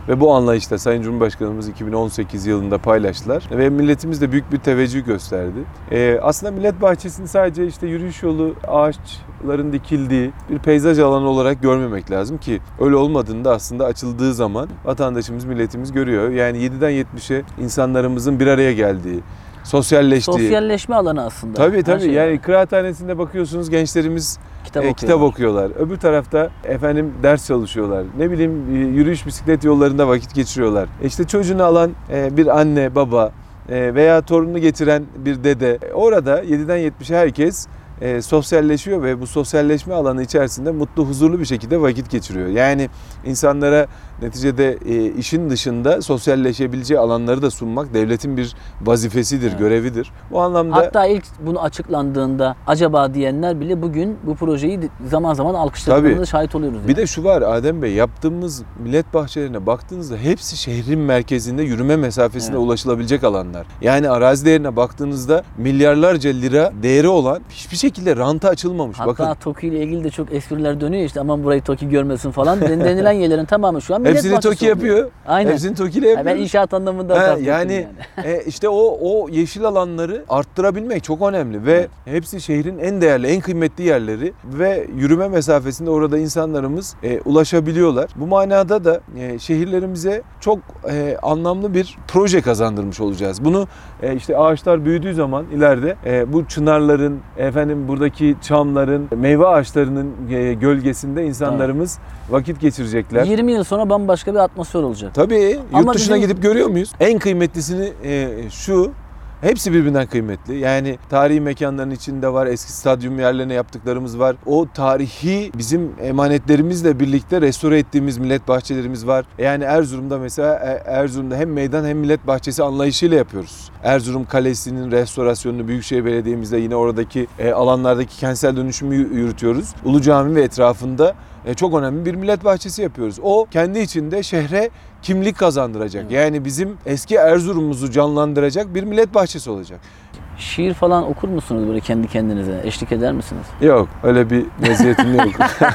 Ve bu anlayışla Sayın Cumhurbaşkanımız iki bin on sekiz yılında paylaştılar ve milletimiz de büyük bir teveccüh gösterdi. Ee, aslında Millet Bahçesi'ni sadece işte yürüyüş yolu, ağaçların dikildiği bir peyzaj alanı olarak görmemek lazım ki öyle olmadığında aslında açıldığı zaman vatandaşımız, milletimiz görüyor. Yani yediden yetmişe insanlarımızın bir araya geldiği, sosyalleştiği. Sosyalleşme alanı aslında. Tabii tabii. Şey Yani kıraathanesinde bakıyorsunuz gençlerimiz kitap, e, okuyorlar. kitap okuyorlar. Öbür tarafta efendim ders çalışıyorlar. Ne bileyim e, yürüyüş bisiklet yollarında vakit geçiriyorlar. E işte çocuğunu alan e, bir anne, baba e, veya torununu getiren bir dede. E, orada yediden yetmişe herkes E, sosyalleşiyor ve bu sosyalleşme alanı içerisinde mutlu, huzurlu bir şekilde vakit geçiriyor. Yani insanlara neticede e, işin dışında sosyalleşebileceği alanları da sunmak devletin bir vazifesidir, evet. görevidir. Bu anlamda hatta ilk bunu açıklandığında acaba diyenler bile bugün bu projeyi zaman zaman alkışladığında şahit oluyoruz. Yani. Bir de şu var Adem Bey, yaptığımız millet bahçelerine baktığınızda hepsi şehrin merkezinde yürüme mesafesinde evet. ulaşılabilecek alanlar. Yani arazi değerine baktığınızda milyarlarca lira değeri olan hiçbir şekilde ranta açılmamış. Hatta Bakın. TOKİ ile ilgili de çok espriler dönüyor işte, aman burayı TOKİ görmesin falan denilen yerlerin tamamı şu an millet hepsini bahçesi TOKİ yapıyor. Aynen. Hepsini TOKİ ile yapıyor. Ben inşaat anlamında ha, yani, yani. e, işte o o yeşil alanları arttırabilmek çok önemli ve evet. hepsi şehrin en değerli, en kıymetli yerleri ve yürüme mesafesinde orada insanlarımız e, ulaşabiliyorlar. Bu manada da e, şehirlerimize çok e, anlamlı bir proje kazandırmış olacağız. Bunu e, işte ağaçlar büyüdüğü zaman ileride e, bu çınarların, efendim buradaki çamların, meyve ağaçlarının e, gölgesinde insanlarımız evet. vakit geçirecekler. yirmi yıl sonra bambaşka bir atmosfer olacak. Tabii. Yurt Ama dışına bizim... gidip görüyor muyuz? En kıymetlisini e, şu. Hepsi birbirinden kıymetli. Yani tarihi mekanların içinde var, eski stadyum yerlerine yaptıklarımız var. O tarihi bizim emanetlerimizle birlikte restore ettiğimiz millet bahçelerimiz var. Yani Erzurum'da mesela Erzurum'da hem meydan hem millet bahçesi anlayışıyla yapıyoruz. Erzurum Kalesi'nin restorasyonunu Büyükşehir Belediye'mizle yine oradaki alanlardaki kentsel dönüşümü yürütüyoruz. Ulu Cami ve etrafında çok önemli bir millet bahçesi yapıyoruz. O kendi içinde şehre kimlik kazandıracak. Evet. Yani bizim eski Erzurum'umuzu canlandıracak bir millet bahçesi olacak. Şiir falan okur musunuz böyle kendi kendinize? Eşlik eder misiniz? Yok. Öyle bir meziyetim yok.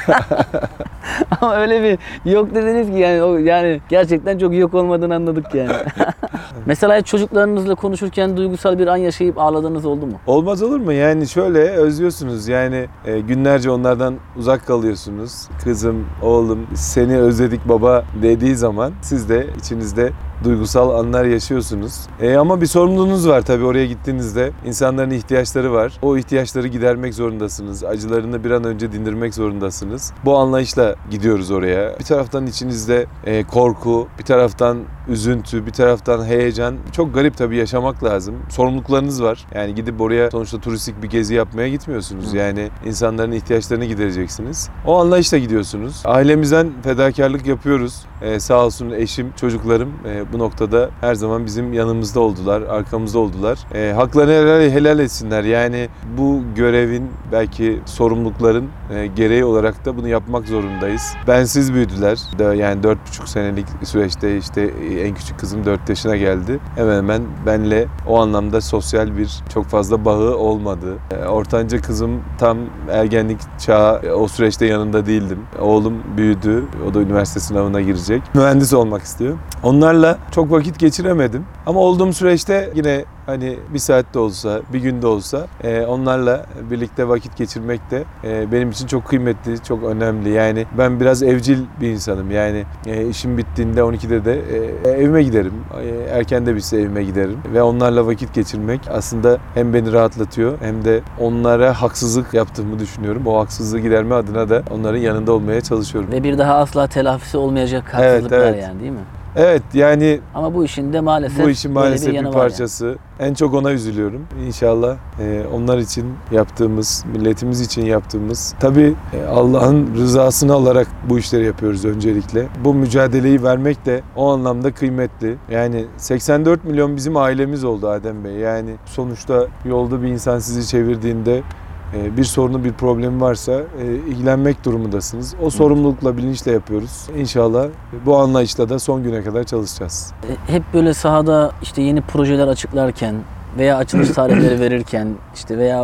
Ama öyle bir yok dediniz ki yani o yani gerçekten çok yok olmadığını anladık yani. Mesela çocuklarınızla konuşurken duygusal bir an yaşayıp ağladığınız oldu mu? Olmaz olur mu? Yani şöyle özlüyorsunuz. Yani e, günlerce onlardan uzak kalıyorsunuz. Kızım, oğlum seni özledik baba dediği zaman siz de içinizde duygusal anlar yaşıyorsunuz. E, ama bir sorumluluğunuz var tabii oraya gittiğinizde. İnsanların ihtiyaçları var. O ihtiyaçları gidermek zorundasınız. Acılarını bir an önce dindirmek zorundasınız. Bu anlayışla gidiyoruz oraya. Bir taraftan içinizde e, korku, bir taraftan üzüntü, bir taraftan heyecan. Çok garip tabii yaşamak lazım. Sorumluluklarınız var. Yani gidip oraya sonuçta turistik bir gezi yapmaya gitmiyorsunuz. Yani insanların ihtiyaçlarını gidereceksiniz. O anlayışla gidiyorsunuz. Ailemizden fedakarlık yapıyoruz. Ee, sağ olsun eşim, çocuklarım e, bu noktada her zaman bizim yanımızda oldular, arkamızda oldular. E, haklarını helal, helal etsinler. Yani bu görevin, belki sorumlulukların e, gereği olarak da bunu yapmak zorundayız. Bensiz büyüdüler. Yani dört buçuk senelik süreçte işte en küçük kızım dört yaşına geldi. Hemen hemen benle o anlamda sosyal bir çok fazla bağı olmadı. E, ortanca kızım tam ergenlik çağı, e, o süreçte yanında değildim. Oğlum büyüdü. O da üniversite sınavına girecek. Mühendis olmak istiyor. Onlarla çok vakit geçiremedim. Ama olduğum süreçte yine hani bir saatte olsa, bir günde olsa e, onlarla birlikte vakit geçirmek de e, benim için çok kıymetli, çok önemli. Yani ben biraz evcil bir insanım. Yani e, işim bittiğinde on ikide de e, evime giderim. E, erken de bitse evime giderim. Ve onlarla vakit geçirmek aslında hem beni rahatlatıyor hem de onlara haksızlık yaptığımı düşünüyorum. O haksızlığı giderme adına da onların yanında olmaya çalışıyorum. Ve bir daha asla telafisi olmayacak haksızlıklar evet, evet. yani değil mi? Evet yani ama bu işin de maalesef bu işin maalesef bir, bir parçası. Yani. En çok ona üzülüyorum. İnşallah e, onlar için yaptığımız, milletimiz için yaptığımız, tabii e, Allah'ın rızasını alarak bu işleri yapıyoruz öncelikle. Bu mücadeleyi vermek de o anlamda kıymetli. Yani seksen dört milyon bizim ailemiz oldu Adem Bey. Yani sonuçta yolda bir insan sizi çevirdiğinde bir sorunu, bir problemi varsa ilgilenmek durumundasınız. O sorumlulukla, bilinçle yapıyoruz. İnşallah bu anlayışla da son güne kadar çalışacağız. Hep böyle sahada işte yeni projeler açıklarken veya açılış tarihleri verirken işte veya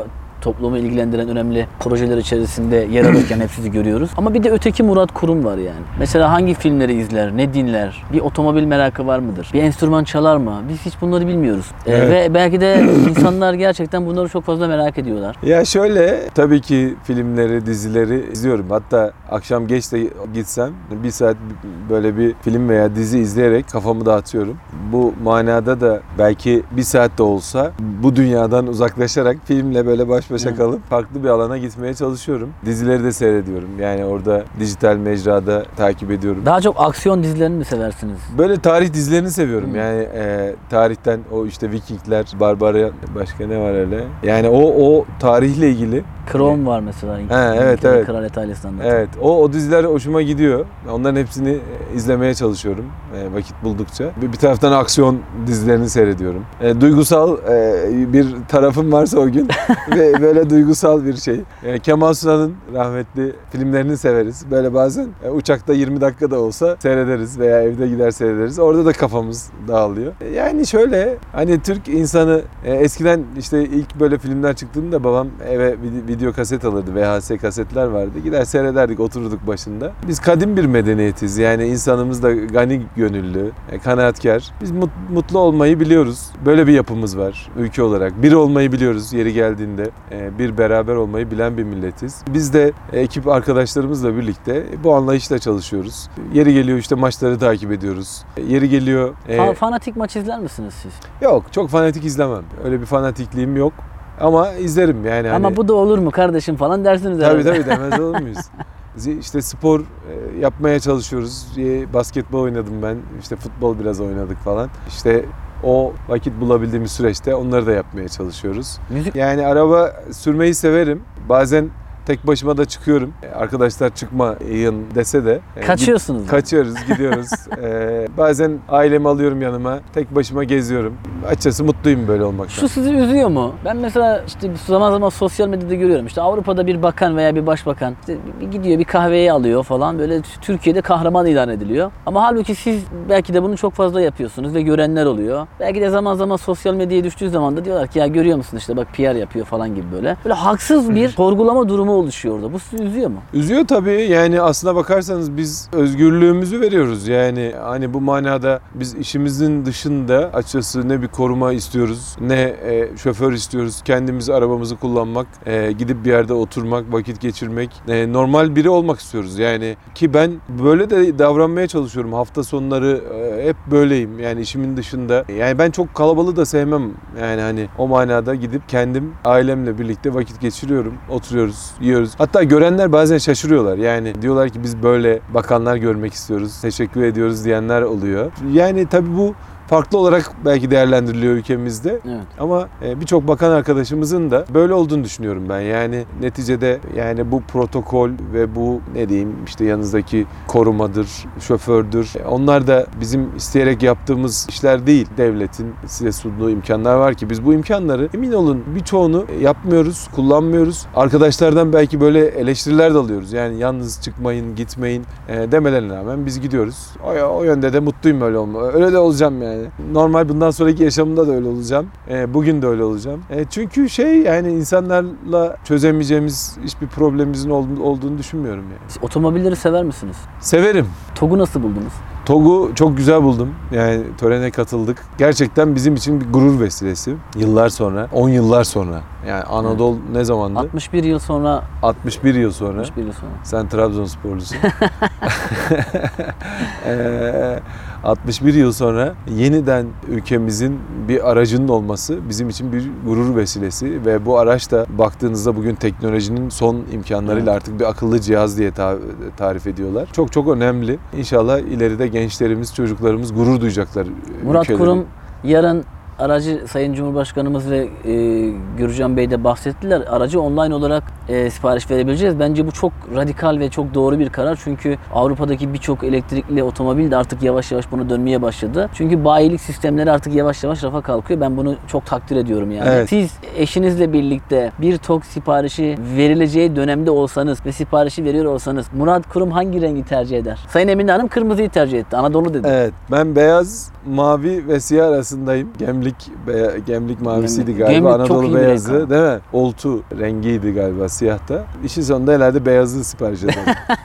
toplumu ilgilendiren önemli projeler içerisinde yer alırken hep sizi görüyoruz. Ama bir de öteki Murat Kurum var yani. Mesela hangi filmleri izler, ne dinler, bir otomobil merakı var mıdır, bir enstrüman çalar mı? Biz hiç bunları bilmiyoruz. Evet. Ee, ve belki de insanlar gerçekten bunları çok fazla merak ediyorlar. Ya şöyle, tabii ki filmleri, dizileri izliyorum. Hatta akşam geç de gitsem bir saat böyle bir film veya dizi izleyerek kafamı dağıtıyorum. Bu manada da belki bir saat de olsa bu dünyadan uzaklaşarak filmle böyle baş başa Evet. kalıp farklı bir alana gitmeye çalışıyorum. Dizileri de seyrediyorum. Yani orada dijital mecrada takip ediyorum. Daha çok aksiyon dizilerini mi seversiniz? Böyle tarih dizilerini seviyorum. Hmm. Yani e, tarihten o işte Vikingler, Barbarya, başka ne var öyle? Yani o o tarihle ilgili. Crown var mesela. Ha, evet, evet. Kraliyet ailesinden anlatan. Evet, o o diziler hoşuma gidiyor. Onların hepsini izlemeye çalışıyorum e, vakit buldukça. Bir, bir taraftan aksiyon dizilerini seyrediyorum. E, duygusal e, bir tarafım varsa o gün ve böyle duygusal bir şey. E, Kemal Sunal'ın rahmetli filmlerini severiz. Böyle bazen e, uçakta yirmi dakika da olsa seyrederiz veya evde gider seyrederiz. Orada da kafamız dağılıyor. E, yani şöyle, hani Türk insanı e, eskiden işte ilk böyle filmler çıktığında babam eve video, video kaset alırdı. V H S kasetler vardı. Gider seyrederdik, otururduk başında. Biz kadim bir medeniyetiz. Yani insanımız da gani gönüllü, e, kanaatkar. Biz mut, mutlu olmayı biliyoruz. Böyle bir yapımız var ülke olarak. Bir olmayı biliyoruz yeri geldiğinde. E, bir beraber olmayı bilen bir milletiz. Biz de e, ekip arkadaşlarımızla birlikte bu anlayışla çalışıyoruz. Yeri geliyor işte maçları takip ediyoruz. E, yeri geliyor... E, Fa- fanatik maç izler misiniz siz? yok, çok fanatik izlemem. Öyle bir fanatikliğim yok. Ama izlerim yani. Ama hani, bu da olur mu kardeşim falan dersiniz tabii herhalde. tabii demez olur muyuz? İşte spor yapmaya çalışıyoruz. Basketbol oynadım ben. İşte futbol biraz oynadık falan. İşte o vakit bulabildiğimiz süreçte onları da yapmaya çalışıyoruz. Müzik... Yani araba sürmeyi severim. Bazen tek başıma da çıkıyorum. Arkadaşlar çıkmayın dese de. Kaçıyorsunuz. Gid- kaçıyoruz, gidiyoruz. ee, bazen ailemi alıyorum yanıma. Tek başıma geziyorum. Açıkçası mutluyum böyle olmaktan. Şu sizi üzüyor mu? Ben mesela işte zaman zaman sosyal medyada görüyorum. İşte Avrupa'da bir bakan veya bir başbakan işte bir gidiyor bir kahveyi alıyor falan. Böyle Türkiye'de kahraman ilan ediliyor. Ama halbuki siz belki de bunu çok fazla yapıyorsunuz ve görenler oluyor. Belki de zaman zaman sosyal medyaya düştüğü zaman da diyorlar ki ya görüyor musun işte bak P R yapıyor falan gibi böyle. Böyle haksız bir sorgulama durumu oluşuyor orada. Bu sizi üzüyor mu? Üzüyor tabii. Yani aslına bakarsanız biz özgürlüğümüzü veriyoruz. Yani hani bu manada biz işimizin dışında açıkçası ne bir koruma istiyoruz, ne e, şoför istiyoruz. Kendimiz arabamızı kullanmak, e, gidip bir yerde oturmak, vakit geçirmek, e, normal biri olmak istiyoruz. Yani ki ben böyle de davranmaya çalışıyorum. Hafta sonları e, hep böyleyim. Yani işimin dışında. Yani ben çok kalabalığı da sevmem. Yani hani o manada gidip kendim ailemle birlikte vakit geçiriyorum. Oturuyoruz, yiyoruz. Hatta görenler bazen şaşırıyorlar. Yani diyorlar ki biz böyle bakanlar görmek istiyoruz. Teşekkür ediyoruz diyenler oluyor. Yani tabii bu farklı olarak belki değerlendiriliyor ülkemizde. Evet. Ama birçok bakan arkadaşımızın da böyle olduğunu düşünüyorum ben. Yani neticede yani bu protokol ve bu ne diyeyim işte yanınızdaki korumadır, şofördür. Onlar da bizim isteyerek yaptığımız işler değil. Devletin size sunduğu imkanlar var ki biz bu imkanları emin olun birçoğunu yapmıyoruz, kullanmıyoruz. Arkadaşlardan belki böyle eleştiriler de alıyoruz. Yani yalnız çıkmayın, gitmeyin demelerine rağmen biz gidiyoruz. O, o yönde de mutluyum öyle olma. Öyle de olacağım yani. Normal bundan sonraki yaşamımda da öyle olacağım. E, bugün de öyle olacağım. E, çünkü şey yani insanlarla çözemeyeceğimiz hiçbir problemimizin olduğunu düşünmüyorum yani. Siz otomobilleri sever misiniz? Severim. TOG'u nasıl buldunuz? TOG'u çok güzel buldum. Yani törene katıldık. Gerçekten bizim için bir gurur vesilesi. Yıllar sonra, on yıllar sonra. Yani Anadolu evet. Ne zamandı? altmış bir yıl sonra. altmış bir yıl sonra. altmış bir yıl sonra. Sen Trabzonsporlusun. ee, altmış bir yıl sonra yeniden ülkemizin bir aracının olması bizim için bir gurur vesilesi ve bu araç da baktığınızda bugün teknolojinin son imkanlarıyla evet. Artık bir akıllı cihaz diye ta- tarif ediyorlar. Çok çok önemli. İnşallah ileride gençlerimiz, çocuklarımız gurur duyacaklar. Murat ülkeleri. Kurum yarın aracı Sayın Cumhurbaşkanımız ve e, Gürcan Bey de bahsettiler. Aracı online olarak e, sipariş verebileceğiz. Bence bu çok radikal ve çok doğru bir karar. Çünkü Avrupa'daki birçok elektrikli otomobil de artık yavaş yavaş buna dönmeye başladı. Çünkü bayilik sistemleri artık yavaş yavaş rafa kalkıyor. Ben bunu çok takdir ediyorum yani. Evet. Siz eşinizle birlikte bir TOG siparişi verileceği dönemde olsanız ve siparişi veriyor olsanız Murat Kurum hangi rengi tercih eder? Sayın Emine Hanım kırmızıyı tercih etti. Anadolu dedi. Evet. Ben beyaz, mavi ve siyah arasındayım. Gemli gemlik be- gemlik mavisiydi Gemlik- galiba. gemlik çok iyi Anadolu bir beyazı renk ama. değil mi? Oltu rengiydi galiba, siyah da. İşin sonunda herhalde beyazı sipariş ederim.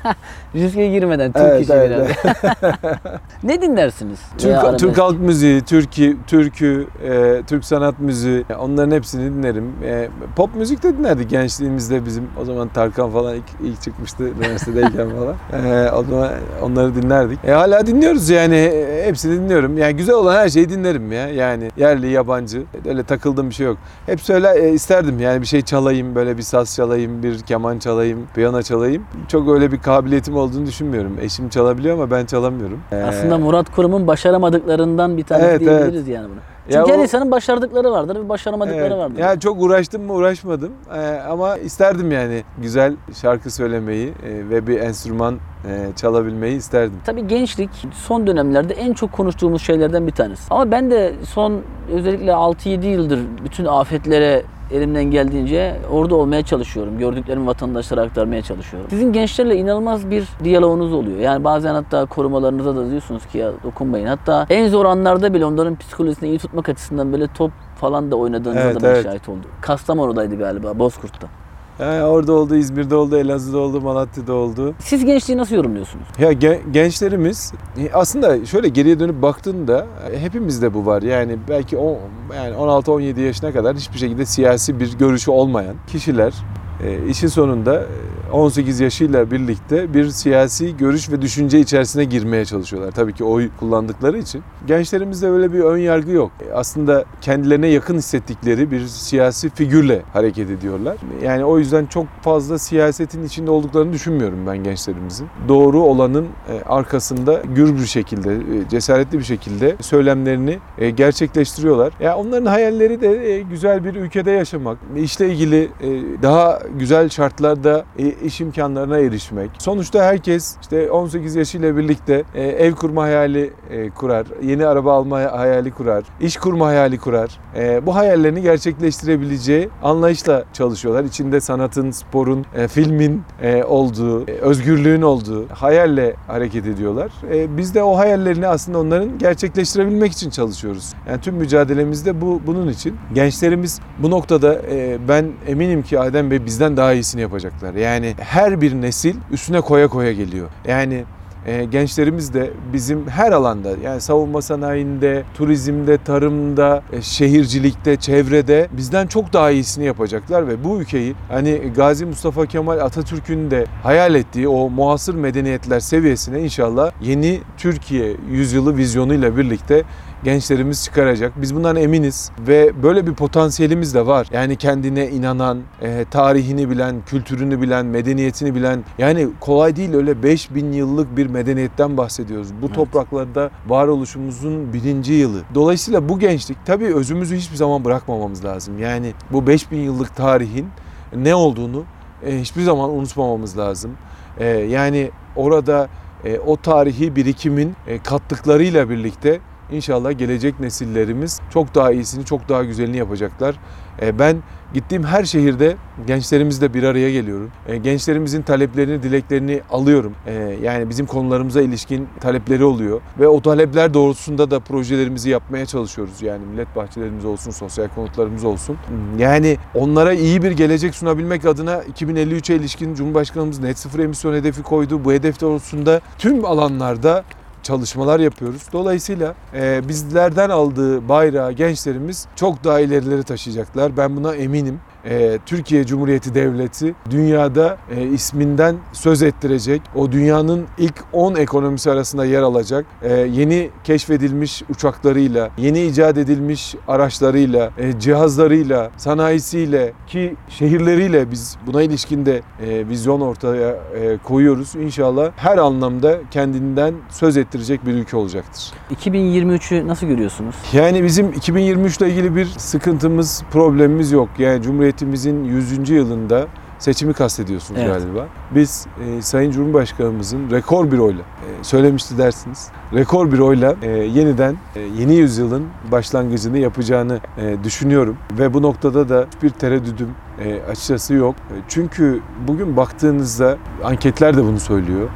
Riske girmeden Türk Evet, işi evet, biraz. Ne dinlersiniz? Veya Türk, Türk arabesk? halk müziği, türkü, türkü, e, Türk sanat müziği, onların hepsini dinlerim. E, pop müzik de dinlerdik gençliğimizde bizim. O zaman Tarkan falan ilk, ilk çıkmıştı üniversitedeyken falan. E, o zaman onları dinlerdik. E, hala dinliyoruz yani, e, hepsini dinliyorum. Yani güzel olan her şeyi dinlerim ya. Yani yerli, yabancı, öyle takıldığım bir şey yok. Hep söyle e, isterdim yani bir şey çalayım, böyle bir saz çalayım, bir keman çalayım, piyano çalayım. Çok öyle bir kabiliyetim olduğunu düşünmüyorum. Eşim çalabiliyor ama ben çalamıyorum. E, Aslında Murat Kurum'un başaramadıklarından bir tanesi Evet, diyebiliriz yani buna. Ya Çünkü her o- insanın başardıkları vardır ve başaramadıkları Evet. vardır. Ya çok uğraştım mı uğraşmadım. Ee, ama isterdim yani güzel şarkı söylemeyi e, ve bir enstrüman e, çalabilmeyi isterdim. Tabii gençlik son dönemlerde en çok konuştuğumuz şeylerden bir tanesi. Ama ben de son özellikle altı yedi yıldır bütün afetlere elimden geldiğince orada olmaya çalışıyorum. Gördüklerimi vatandaşlara aktarmaya çalışıyorum. Sizin gençlerle inanılmaz bir diyaloğunuz oluyor. Yani bazen hatta korumalarınıza da diyorsunuz ki ya dokunmayın. Hatta en zor anlarda bile onların psikolojisini iyi tutmak açısından böyle top falan da oynadığınıza Evet, da ben evet. şahit oldum. Kastamonu'daydı galiba, Bozkurt'ta. Yani orada oldu, İzmir'de oldu, Elazığ'da oldu, Malatya'da oldu. Siz gençliği nasıl yorumluyorsunuz? Ya gen- gençlerimiz e, aslında şöyle geriye dönüp baktığında e, hepimizde bu var. Yani belki o yani on altı on yedi yaşına kadar hiçbir şekilde siyasi bir görüşü olmayan kişiler e, işin sonunda e, on sekiz yaşıyla birlikte bir siyasi görüş ve düşünce içerisine girmeye çalışıyorlar. Tabii ki oy kullandıkları için. Gençlerimizde öyle bir ön yargı yok. E, Aslında kendilerine yakın hissettikleri bir siyasi figürle hareket ediyorlar. Yani o yüzden çok fazla siyasetin içinde olduklarını düşünmüyorum ben gençlerimizin. Doğru olanın e, arkasında gür bir şekilde, e, cesaretli bir şekilde söylemlerini e, gerçekleştiriyorlar. Ya onların hayalleri de e, güzel bir ülkede yaşamak, işle ilgili e, daha güzel şartlarda e, iş imkanlarına erişmek. Sonuçta herkes işte on sekiz yaşıyla birlikte e, ev kurma hayali e, kurar, yeni araba alma hayali kurar, iş kurma hayali kurar. E, bu hayallerini gerçekleştirebileceği anlayışla çalışıyorlar. İçinde sanatın, sporun, e, filmin e, olduğu, e, özgürlüğün olduğu hayalle hareket ediyorlar. E, biz de o hayallerini aslında onların gerçekleştirebilmek için çalışıyoruz. Yani tüm mücadelemiz de bu bunun için. Gençlerimiz bu noktada e, ben eminim ki Adem Bey bizden daha iyisini yapacaklar. Yani her bir nesil üstüne koya koya geliyor. Yani e, gençlerimiz de bizim her alanda, yani savunma sanayinde, turizmde, tarımda, e, şehircilikte, çevrede bizden çok daha iyisini yapacaklar ve bu ülkeyi hani Gazi Mustafa Kemal Atatürk'ün de hayal ettiği o muasır medeniyetler seviyesine inşallah yeni Türkiye yüzyılı vizyonuyla birlikte gençlerimiz çıkaracak. Biz bundan eminiz ve böyle bir potansiyelimiz de var. Yani kendine inanan, e, tarihini bilen, kültürünü bilen, medeniyetini bilen, yani kolay değil, öyle beş bin yıllık bir medeniyetten bahsediyoruz. Bu Evet. topraklarda varoluşumuzun birinci yılı. Dolayısıyla bu gençlik, tabii özümüzü hiçbir zaman bırakmamamız lazım. Yani bu beş bin yıllık tarihin ne olduğunu e, hiçbir zaman unutmamamız lazım. E, yani orada e, o tarihi birikimin e, kattıklarıyla birlikte İnşallah gelecek nesillerimiz çok daha iyisini, çok daha güzelini yapacaklar. Ben gittiğim her şehirde gençlerimizle bir araya geliyorum. Gençlerimizin taleplerini, dileklerini alıyorum. Yani bizim konularımıza ilişkin talepleri oluyor. Ve o talepler doğrultusunda da projelerimizi yapmaya çalışıyoruz. Yani millet bahçelerimiz olsun, sosyal konutlarımız olsun. Yani onlara iyi bir gelecek sunabilmek adına iki bin elli üçe ilişkin Cumhurbaşkanımız net sıfır emisyon hedefi koydu. Bu hedef doğrultusunda tüm alanlarda çalışmalar yapıyoruz. Dolayısıyla e, bizlerden aldığı bayrağı gençlerimiz çok daha ilerileri taşıyacaklar. Ben buna eminim. E, Türkiye Cumhuriyeti Devleti dünyada e, isminden söz ettirecek, o dünyanın ilk on ekonomisi arasında yer alacak, e, yeni keşfedilmiş uçaklarıyla, yeni icat edilmiş araçlarıyla, e, cihazlarıyla, sanayisiyle ki şehirleriyle biz buna ilişkin de e, vizyon ortaya e, koyuyoruz. İnşallah her anlamda kendinden söz ettirecek bir ülke olacaktır. iki bin yirmi üçü nasıl görüyorsunuz? Yani bizim iki bin yirmi üçle ilgili bir sıkıntımız, problemimiz yok. Yani Cumhuriyetimizin yüzüncü yılında seçimi kastediyorsunuz Evet. galiba. Biz e, Sayın Cumhurbaşkanımızın rekor bir oyla e, söylemişti dersiniz. Rekor bir oyla e, yeniden e, yeni yüzyılın başlangıcını yapacağını e, düşünüyorum. Ve bu noktada da hiçbir tereddüdüm e, açıkçası yok. E, çünkü bugün baktığınızda anketler de bunu söylüyor.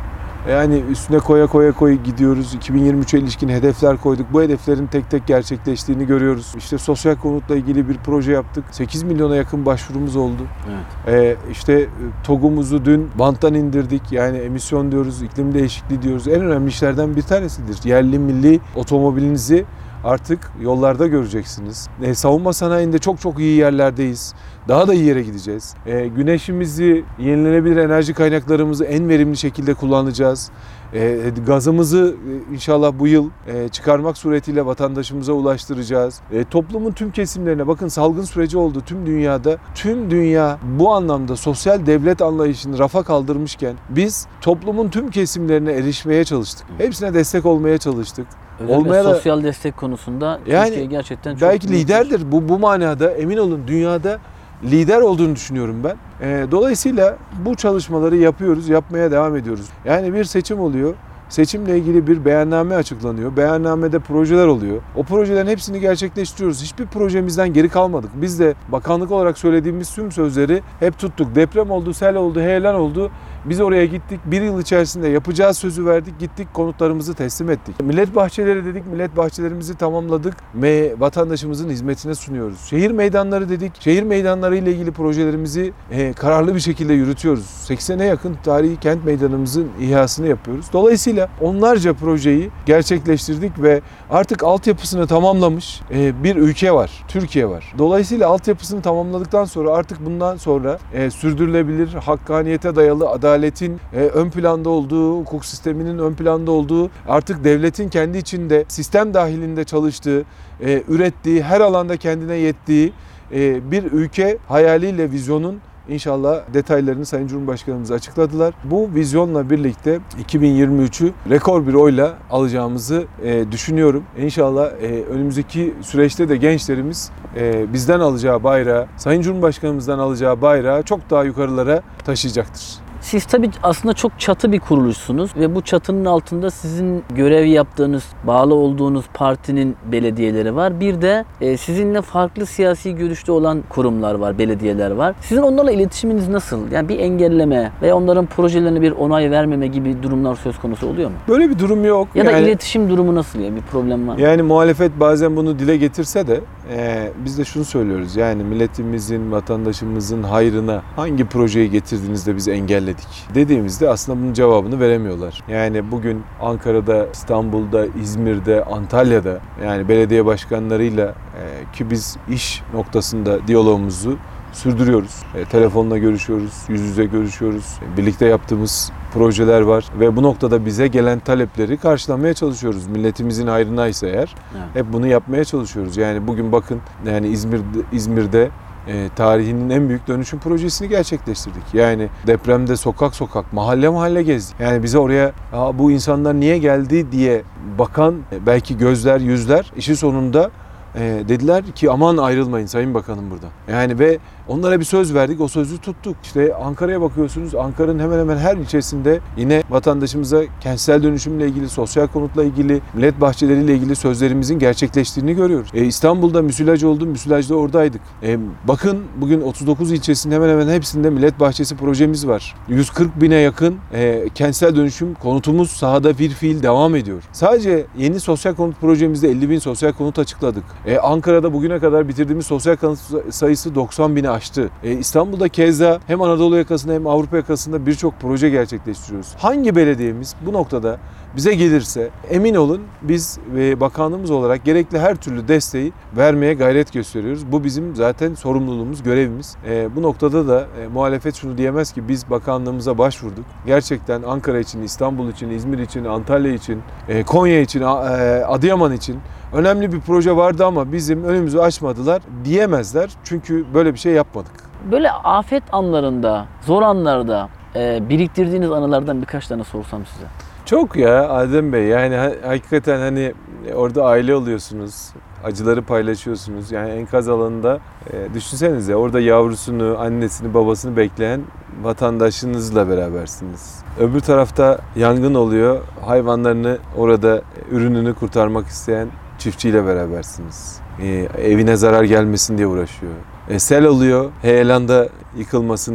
Yani üstüne koya koya koya gidiyoruz. iki bin yirmi üçe ilişkin hedefler koyduk. Bu hedeflerin tek tek gerçekleştiğini görüyoruz. İşte sosyal konutla ilgili bir proje yaptık. sekiz milyona yakın başvurumuz oldu. Evet. Ee, işte TOG'umuzu dün banttan indirdik. Yani emisyon diyoruz, iklim değişikliği diyoruz. En önemli işlerden bir tanesidir. Yerli milli otomobilinizi artık yollarda göreceksiniz. E, savunma sanayinde çok çok iyi yerlerdeyiz. Daha da iyi yere gideceğiz. E, güneşimizi, yenilenebilir enerji kaynaklarımızı en verimli şekilde kullanacağız. E, gazımızı e, inşallah bu yıl e, çıkarmak suretiyle vatandaşımıza ulaştıracağız. E, toplumun tüm kesimlerine, bakın salgın süreci oldu tüm dünyada. Tüm dünya bu anlamda sosyal devlet anlayışını rafa kaldırmışken biz toplumun tüm kesimlerine erişmeye çalıştık. Hepsine destek olmaya çalıştık. Özellikle olmaya da, sosyal destek konusunda yani Türkiye gerçekten çok belki liderdir. Bu bu manada emin olun dünyada lider olduğunu düşünüyorum ben. E, dolayısıyla bu çalışmaları yapıyoruz, yapmaya devam ediyoruz. Yani bir seçim oluyor. Seçimle ilgili bir beyanname açıklanıyor. Beyannamede projeler oluyor. O projelerin hepsini gerçekleştiriyoruz. Hiçbir projemizden geri kalmadık. Biz de bakanlık olarak söylediğimiz tüm sözleri hep tuttuk. Deprem oldu, sel oldu, heyelan oldu. Biz oraya gittik. Bir yıl içerisinde yapacağız sözü verdik. Gittik konutlarımızı teslim ettik. Millet bahçeleri dedik. Millet bahçelerimizi tamamladık ve vatandaşımızın hizmetine sunuyoruz. Şehir meydanları dedik. Şehir meydanları ile ilgili projelerimizi e, kararlı bir şekilde yürütüyoruz. seksene yakın tarihi kent meydanımızın ihasını yapıyoruz. Dolayısıyla onlarca projeyi gerçekleştirdik ve artık altyapısını tamamlamış e, bir ülke var. Türkiye var. Dolayısıyla altyapısını tamamladıktan sonra artık bundan sonra e, sürdürülebilir, hakkaniyete dayalı, adaletin e, ön planda olduğu, hukuk sisteminin ön planda olduğu, artık devletin kendi içinde, sistem dahilinde çalıştığı, e, ürettiği, her alanda kendine yettiği e, bir ülke hayaliyle vizyonun İnşallah detaylarını Sayın Cumhurbaşkanımız açıkladılar. Bu vizyonla birlikte iki bin yirmi üçü rekor bir oyla alacağımızı e, düşünüyorum. İnşallah e, önümüzdeki süreçte de gençlerimiz e, bizden alacağı bayrağı, Sayın Cumhurbaşkanımızdan alacağı bayrağı çok daha yukarılara taşıyacaktır. Siz tabii aslında çok çatı bir kuruluşsunuz ve bu çatının altında sizin görev yaptığınız, bağlı olduğunuz partinin belediyeleri var. Bir de e, sizinle farklı siyasi görüşte olan kurumlar var, belediyeler var. Sizin onlarla iletişiminiz nasıl? Yani bir engelleme veya onların projelerine bir onay vermeme gibi durumlar söz konusu oluyor mu? Böyle bir durum yok. Ya da yani, iletişim durumu nasıl ya? Bir problem var mı? Yani muhalefet bazen bunu dile getirse de e, biz de şunu söylüyoruz. Yani milletimizin, vatandaşımızın hayrına hangi projeyi getirdiniz de biz engelledik dediğimizde aslında bunun cevabını veremiyorlar. Yani bugün Ankara'da, İstanbul'da, İzmir'de, Antalya'da yani belediye başkanlarıyla e, ki biz iş noktasında diyalogumuzu sürdürüyoruz. E, telefonla görüşüyoruz, yüz yüze görüşüyoruz. E, birlikte yaptığımız projeler var ve bu noktada bize gelen talepleri karşılamaya çalışıyoruz. Milletimizin hayrınaysa eğer evet. Hep bunu yapmaya çalışıyoruz. Yani bugün bakın yani İzmir'de, İzmir'de E, tarihinin en büyük dönüşüm projesini gerçekleştirdik. Yani depremde sokak sokak, mahalle mahalle gezdik. Yani bize oraya bu insanlar niye geldi diye bakan e, belki gözler, yüzler işin sonunda e, dediler ki aman ayrılmayın Sayın Bakanım buradan. Yani ve onlara bir söz verdik, o sözü tuttuk. İşte Ankara'ya bakıyorsunuz, Ankara'nın hemen hemen her ilçesinde yine vatandaşımıza kentsel dönüşümle ilgili, sosyal konutla ilgili, millet bahçeleriyle ilgili sözlerimizin gerçekleştiğini görüyoruz. E, İstanbul'da müsilaj oldu, müsilajda oradaydık. E, bakın bugün otuz dokuz ilçesinin hemen hemen hepsinde millet bahçesi projemiz var. yüz kırk bine yakın e, kentsel dönüşüm konutumuz sahada bir fiil devam ediyor. Sadece yeni sosyal konut projemizde elli bin sosyal konut açıkladık. E, Ankara'da bugüne kadar bitirdiğimiz sosyal konut sayısı doksan bini aştı. E, İstanbul'da keza hem Anadolu yakasında hem Avrupa yakasında birçok proje gerçekleştiriyoruz. Hangi belediyemiz bu noktada bize gelirse emin olun biz ve bakanlığımız olarak gerekli her türlü desteği vermeye gayret gösteriyoruz. Bu bizim zaten sorumluluğumuz, görevimiz. E, bu noktada da e, muhalefet şunu diyemez ki biz bakanlığımıza başvurduk. Gerçekten Ankara için, İstanbul için, İzmir için, Antalya için, e, Konya için, e, Adıyaman için önemli bir proje vardı ama bizim önümüzü açmadılar diyemezler. Çünkü böyle bir şey yapmadık. Böyle afet anlarında, zor anlarda e, biriktirdiğiniz anılardan birkaç tane sorsam size. Çok ya Adem Bey, yani hakikaten hani orada aile oluyorsunuz, acıları paylaşıyorsunuz. Yani enkaz alanında e, düşünsenize orada yavrusunu, annesini, babasını bekleyen vatandaşınızla berabersiniz. Öbür tarafta yangın oluyor, hayvanlarını orada ürününü kurtarmak isteyen çiftçiyle berabersiniz. E, evine zarar gelmesin diye uğraşıyor. E, sel oluyor, heyelanda yıkılmasın diye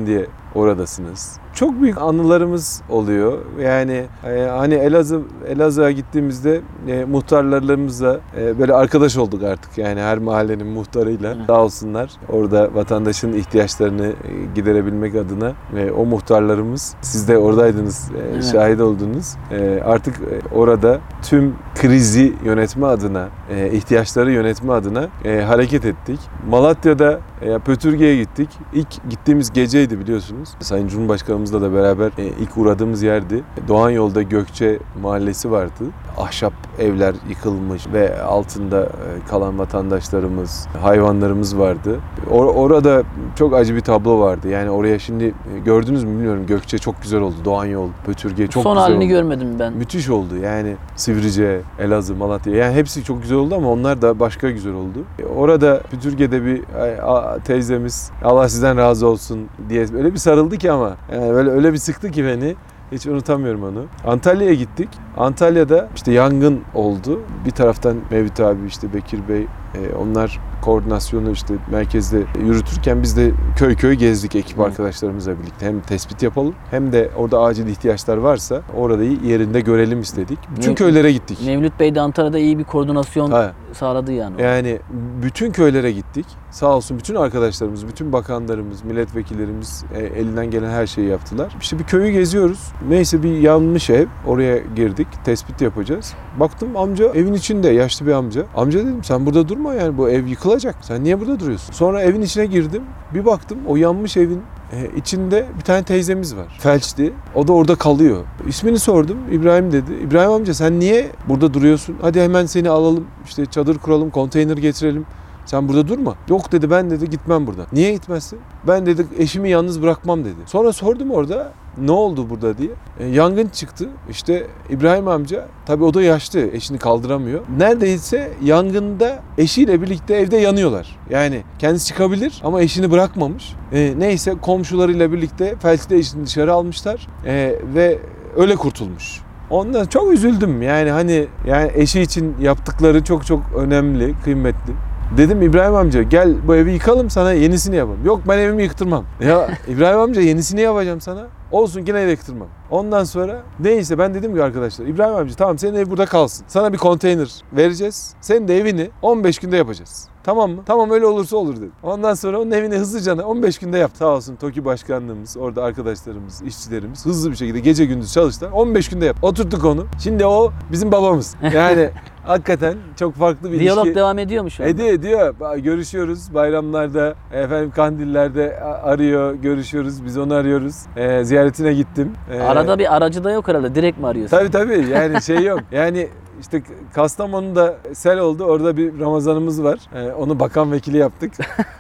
oradasınız. Çok büyük anılarımız oluyor. Yani e, hani Elazığ Elazığ'a gittiğimizde e, muhtarlarımızla e, böyle arkadaş olduk artık. Yani her mahallenin muhtarıyla sağ olsunlar. Orada vatandaşın ihtiyaçlarını e, giderebilmek adına e, o muhtarlarımız, siz de oradaydınız, e, evet. şahit oldunuz. E, artık e, orada tüm krizi yönetme adına, e, ihtiyaçları yönetme adına e, hareket ettik. Malatya'da e, Pötürge'ye gittik. İlk gittiğimiz geceydi biliyorsunuz. Sayın Cumhurbaşkanımızla da beraber e, ilk uğradığımız yerdi. Doğan Yol'da Gökçe Mahallesi vardı. Ahşap evler yıkılmış ve altında e, kalan vatandaşlarımız, hayvanlarımız vardı. Or- orada çok acı bir tablo vardı. Yani oraya şimdi e, gördünüz mü bilmiyorum. Gökçe çok güzel oldu. Doğan Yol, Pötürge çok Son güzel oldu. halini görmedim ben. Müthiş oldu. Yani Sivrice, Elazığ, Malatya. Yani hepsi çok güzel oldu ama onlar da başka güzel oldu. E, orada Pötürge'de bir a, teyzemiz Allah sizden razı olsun diye öyle bir sarıldı ki ama yani böyle öyle bir sıktı ki beni. Hiç unutamıyorum onu. Antalya'ya gittik. Antalya'da işte yangın oldu. Bir taraftan Mevlüt abi, işte Bekir Bey, e, onlar koordinasyonu işte merkezde yürütürken biz de köy köy gezdik ekip Hı. arkadaşlarımızla birlikte. Hem tespit yapalım hem de orada acil ihtiyaçlar varsa orada yerinde görelim istedik. Bütün Mev- köylere gittik. Mevlüt Bey de Antalya'da iyi bir koordinasyon Ha. sağladı yani. Yani bütün köylere gittik. Sağ olsun bütün arkadaşlarımız, bütün bakanlarımız, milletvekillerimiz e, elinden gelen her şeyi yaptılar. İşte bir köyü geziyoruz. Neyse bir yanmış ev. Oraya girdik. Tespit yapacağız. Baktım amca evin içinde. Yaşlı bir amca. Amca dedim sen burada durma yani bu ev yıkılacak. Sen niye burada duruyorsun? Sonra evin içine girdim. Bir baktım o yanmış evin e, içinde bir tane teyzemiz var. Felçli. O da orada kalıyor. İsmini sordum. İbrahim dedi. İbrahim amca sen niye burada duruyorsun? Hadi hemen seni alalım. İşte çadır kuralım, konteyner getirelim. Sen burada durma. Yok dedi ben dedi gitmem buradan. Niye gitmezsin? Ben dedi eşimi yalnız bırakmam dedi. Sonra sordum orada ne oldu burada diye. E, yangın çıktı. İşte İbrahim amca tabii o da yaşlı. Eşini kaldıramıyor. Neredeyse yangında eşiyle birlikte evde yanıyorlar. Yani kendisi çıkabilir ama eşini bırakmamış. E, neyse komşularıyla birlikte felçli eşini dışarı almışlar. E, ve öyle kurtulmuş. Ondan çok üzüldüm. Yani hani yani eşi için yaptıkları çok çok önemli, kıymetli. Dedim İbrahim amca gel bu evi yıkalım sana yenisini yapalım. Yok ben evimi yıktırmam. Ya İbrahim amca yenisini yapacağım sana. Olsun yine de yıktırmam. Ondan sonra neyse ben dedim ki arkadaşlar İbrahim amca tamam senin ev burada kalsın. Sana bir konteyner vereceğiz. Senin de evini on beş günde yapacağız. Tamam mı? Tamam öyle olursa olur dedim. Ondan sonra onun evini hızlıca on beş günde yaptı. Sağ olsun TOKİ başkanlığımız, orada arkadaşlarımız, işçilerimiz hızlı bir şekilde gece gündüz çalıştılar. on beş günde yaptı. Oturttuk onu. Şimdi o bizim babamız. Yani hakikaten çok farklı bir Diyalog ilişki. devam ediyor mu şu anda? Ediyor ediyor. Görüşüyoruz bayramlarda, efendim kandillerde arıyor, görüşüyoruz. Biz onu arıyoruz. Ee, ziyaretine gittim. Ee, Arada bir aracı da yok herhalde. Direkt mi arıyorsun? Tabii tabii. Yani şey yok. Yani İşte Kastamonu'da sel oldu. Orada bir Ramazanımız var. Ee, onu bakan vekili yaptık.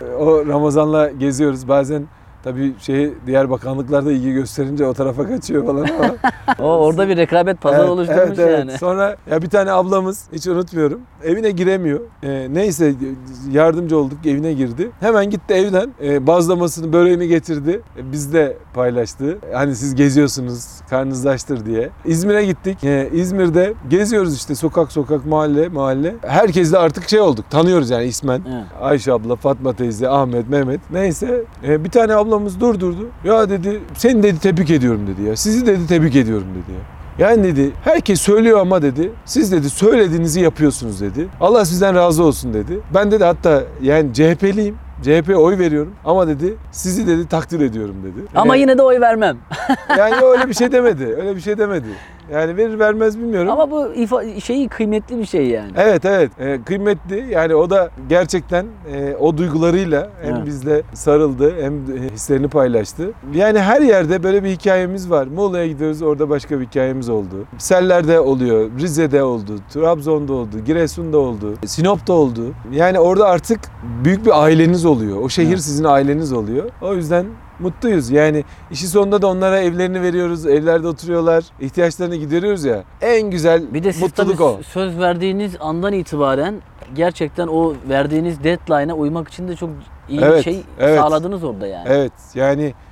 O Ramazan'la geziyoruz. Bazen tabii şey diğer bakanlıklarda ilgi gösterince o tarafa kaçıyor falan ama. O orada bir rekabet pazarı evet, oluşturmuş evet, evet. yani. Sonra ya bir tane ablamız hiç unutmuyorum. Evine giremiyor. Ee, neyse yardımcı olduk. Evine girdi. Hemen gitti evden. E, bazlamasını, böreğini getirdi. E, bizle paylaştı. Hani siz geziyorsunuz, karnınız açtır diye. İzmir'e gittik. E, İzmir'de geziyoruz işte sokak sokak, mahalle mahalle. Herkesle artık şey olduk. Tanıyoruz yani ismen. Evet. Ayşe abla, Fatma teyze, Ahmet, Mehmet. Neyse e, bir tane ablamız durdurdu. Ya dedi seni dedi tebrik ediyorum dedi ya. Sizi dedi tebrik ediyorum dedi ya. Yani dedi herkes söylüyor ama dedi siz dedi söylediğinizi yapıyorsunuz dedi. Allah sizden razı olsun dedi. Ben dedi hatta yani C H P'liyim. C H P'ye oy veriyorum ama dedi sizi dedi takdir ediyorum dedi. Ama Ee, yine de oy vermem. yani öyle bir şey demedi. Öyle bir şey demedi. Yani verir vermez bilmiyorum. Ama bu ifa- şeyi kıymetli bir şey yani. Evet evet e, kıymetli yani o da gerçekten e, o duygularıyla hem Evet. bizle sarıldı hem hislerini paylaştı. Yani her yerde böyle bir hikayemiz var. Muğla'ya gidiyoruz orada başka bir hikayemiz oldu. Sellerde oluyor, Rize'de oldu, Trabzon'da oldu, Giresun'da oldu, Sinop'ta oldu. Yani orada artık büyük bir aileniz oluyor. O şehir Evet. sizin aileniz oluyor. O yüzden mutluyuz. Yani işin sonunda da onlara evlerini veriyoruz. Evlerde oturuyorlar. İhtiyaçlarını gideriyoruz ya. En güzel Bir de siz mutluluk tabii o. söz verdiğiniz andan itibaren gerçekten o verdiğiniz deadline'a uymak için de çok iyi Evet, bir şey evet. sağladınız orada yani. Evet yani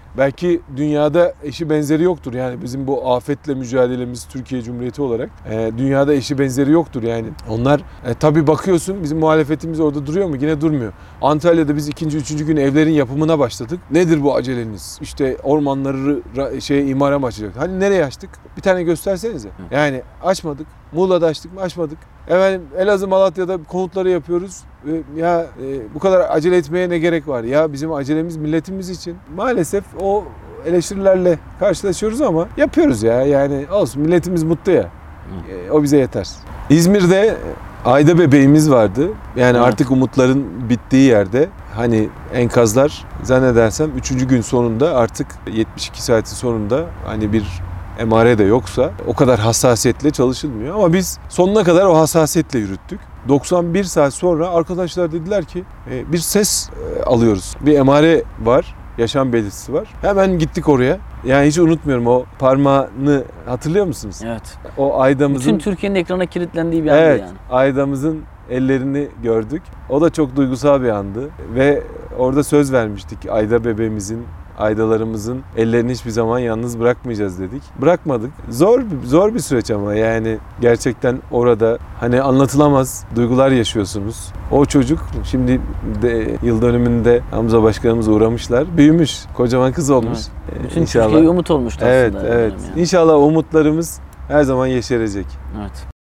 belki dünyada eşi benzeri yoktur. Yani bizim bu afetle mücadelemiz Türkiye Cumhuriyeti olarak e, dünyada eşi benzeri yoktur yani. Onlar e, tabii bakıyorsun bizim muhalefetimiz orada duruyor mu? Yine durmuyor. Antalya'da biz ikinci, üçüncü gün evlerin yapımına başladık. Nedir bu aceleniz? İşte ormanları ra- şeye imara mı açacak? Hani nereye açtık? Bir tane göstersenize. Yani açmadık. Muğla'da açtık mı? Açmadık. Efendim Elazığ, Malatya'da konutları yapıyoruz. E, ya e, bu kadar acele etmeye ne gerek var? Ya bizim acelemiz milletimiz için. Maalesef o eleştirilerle karşılaşıyoruz ama yapıyoruz ya. Yani olsun, milletimiz mutlu ya. E, o bize yeter. İzmir'de Ayda bebeğimiz vardı. Yani Evet. artık umutların bittiği yerde, hani enkazlar zannedersem üçüncü gün sonunda, artık yetmiş iki saatin sonunda, hani bir emare de yoksa o kadar hassasiyetle çalışılmıyor. Ama biz sonuna kadar o hassasiyetle yürüttük. doksan bir saat sonra arkadaşlar dediler ki bir ses alıyoruz. Bir emare var. Yaşam belirtisi var. Hemen gittik oraya. Yani hiç unutmuyorum, o parmağını hatırlıyor musunuz? Evet. O Ayda'mızın... Bütün Türkiye'nin ekrana kilitlendiği bir andı Evet, yani. Ayda'mızın ellerini gördük. O da çok duygusal bir andı. Ve orada söz vermiştik. Ayda bebeğimizin, Aydalarımızın ellerini hiçbir zaman yalnız bırakmayacağız dedik. Bırakmadık. Zor zor bir süreç ama yani gerçekten orada hani anlatılamaz duygular yaşıyorsunuz. O çocuk şimdi de yıl dönümünde Hamza Başkanımız uğramışlar. Büyümüş. Kocaman kız olmuş. Evet. Ee, Bütün İnşallah. Türkiye'ye umut olmuştu Evet, aslında. evet. Yani. İnşallah umutlarımız her zaman yeşerecek. Evet.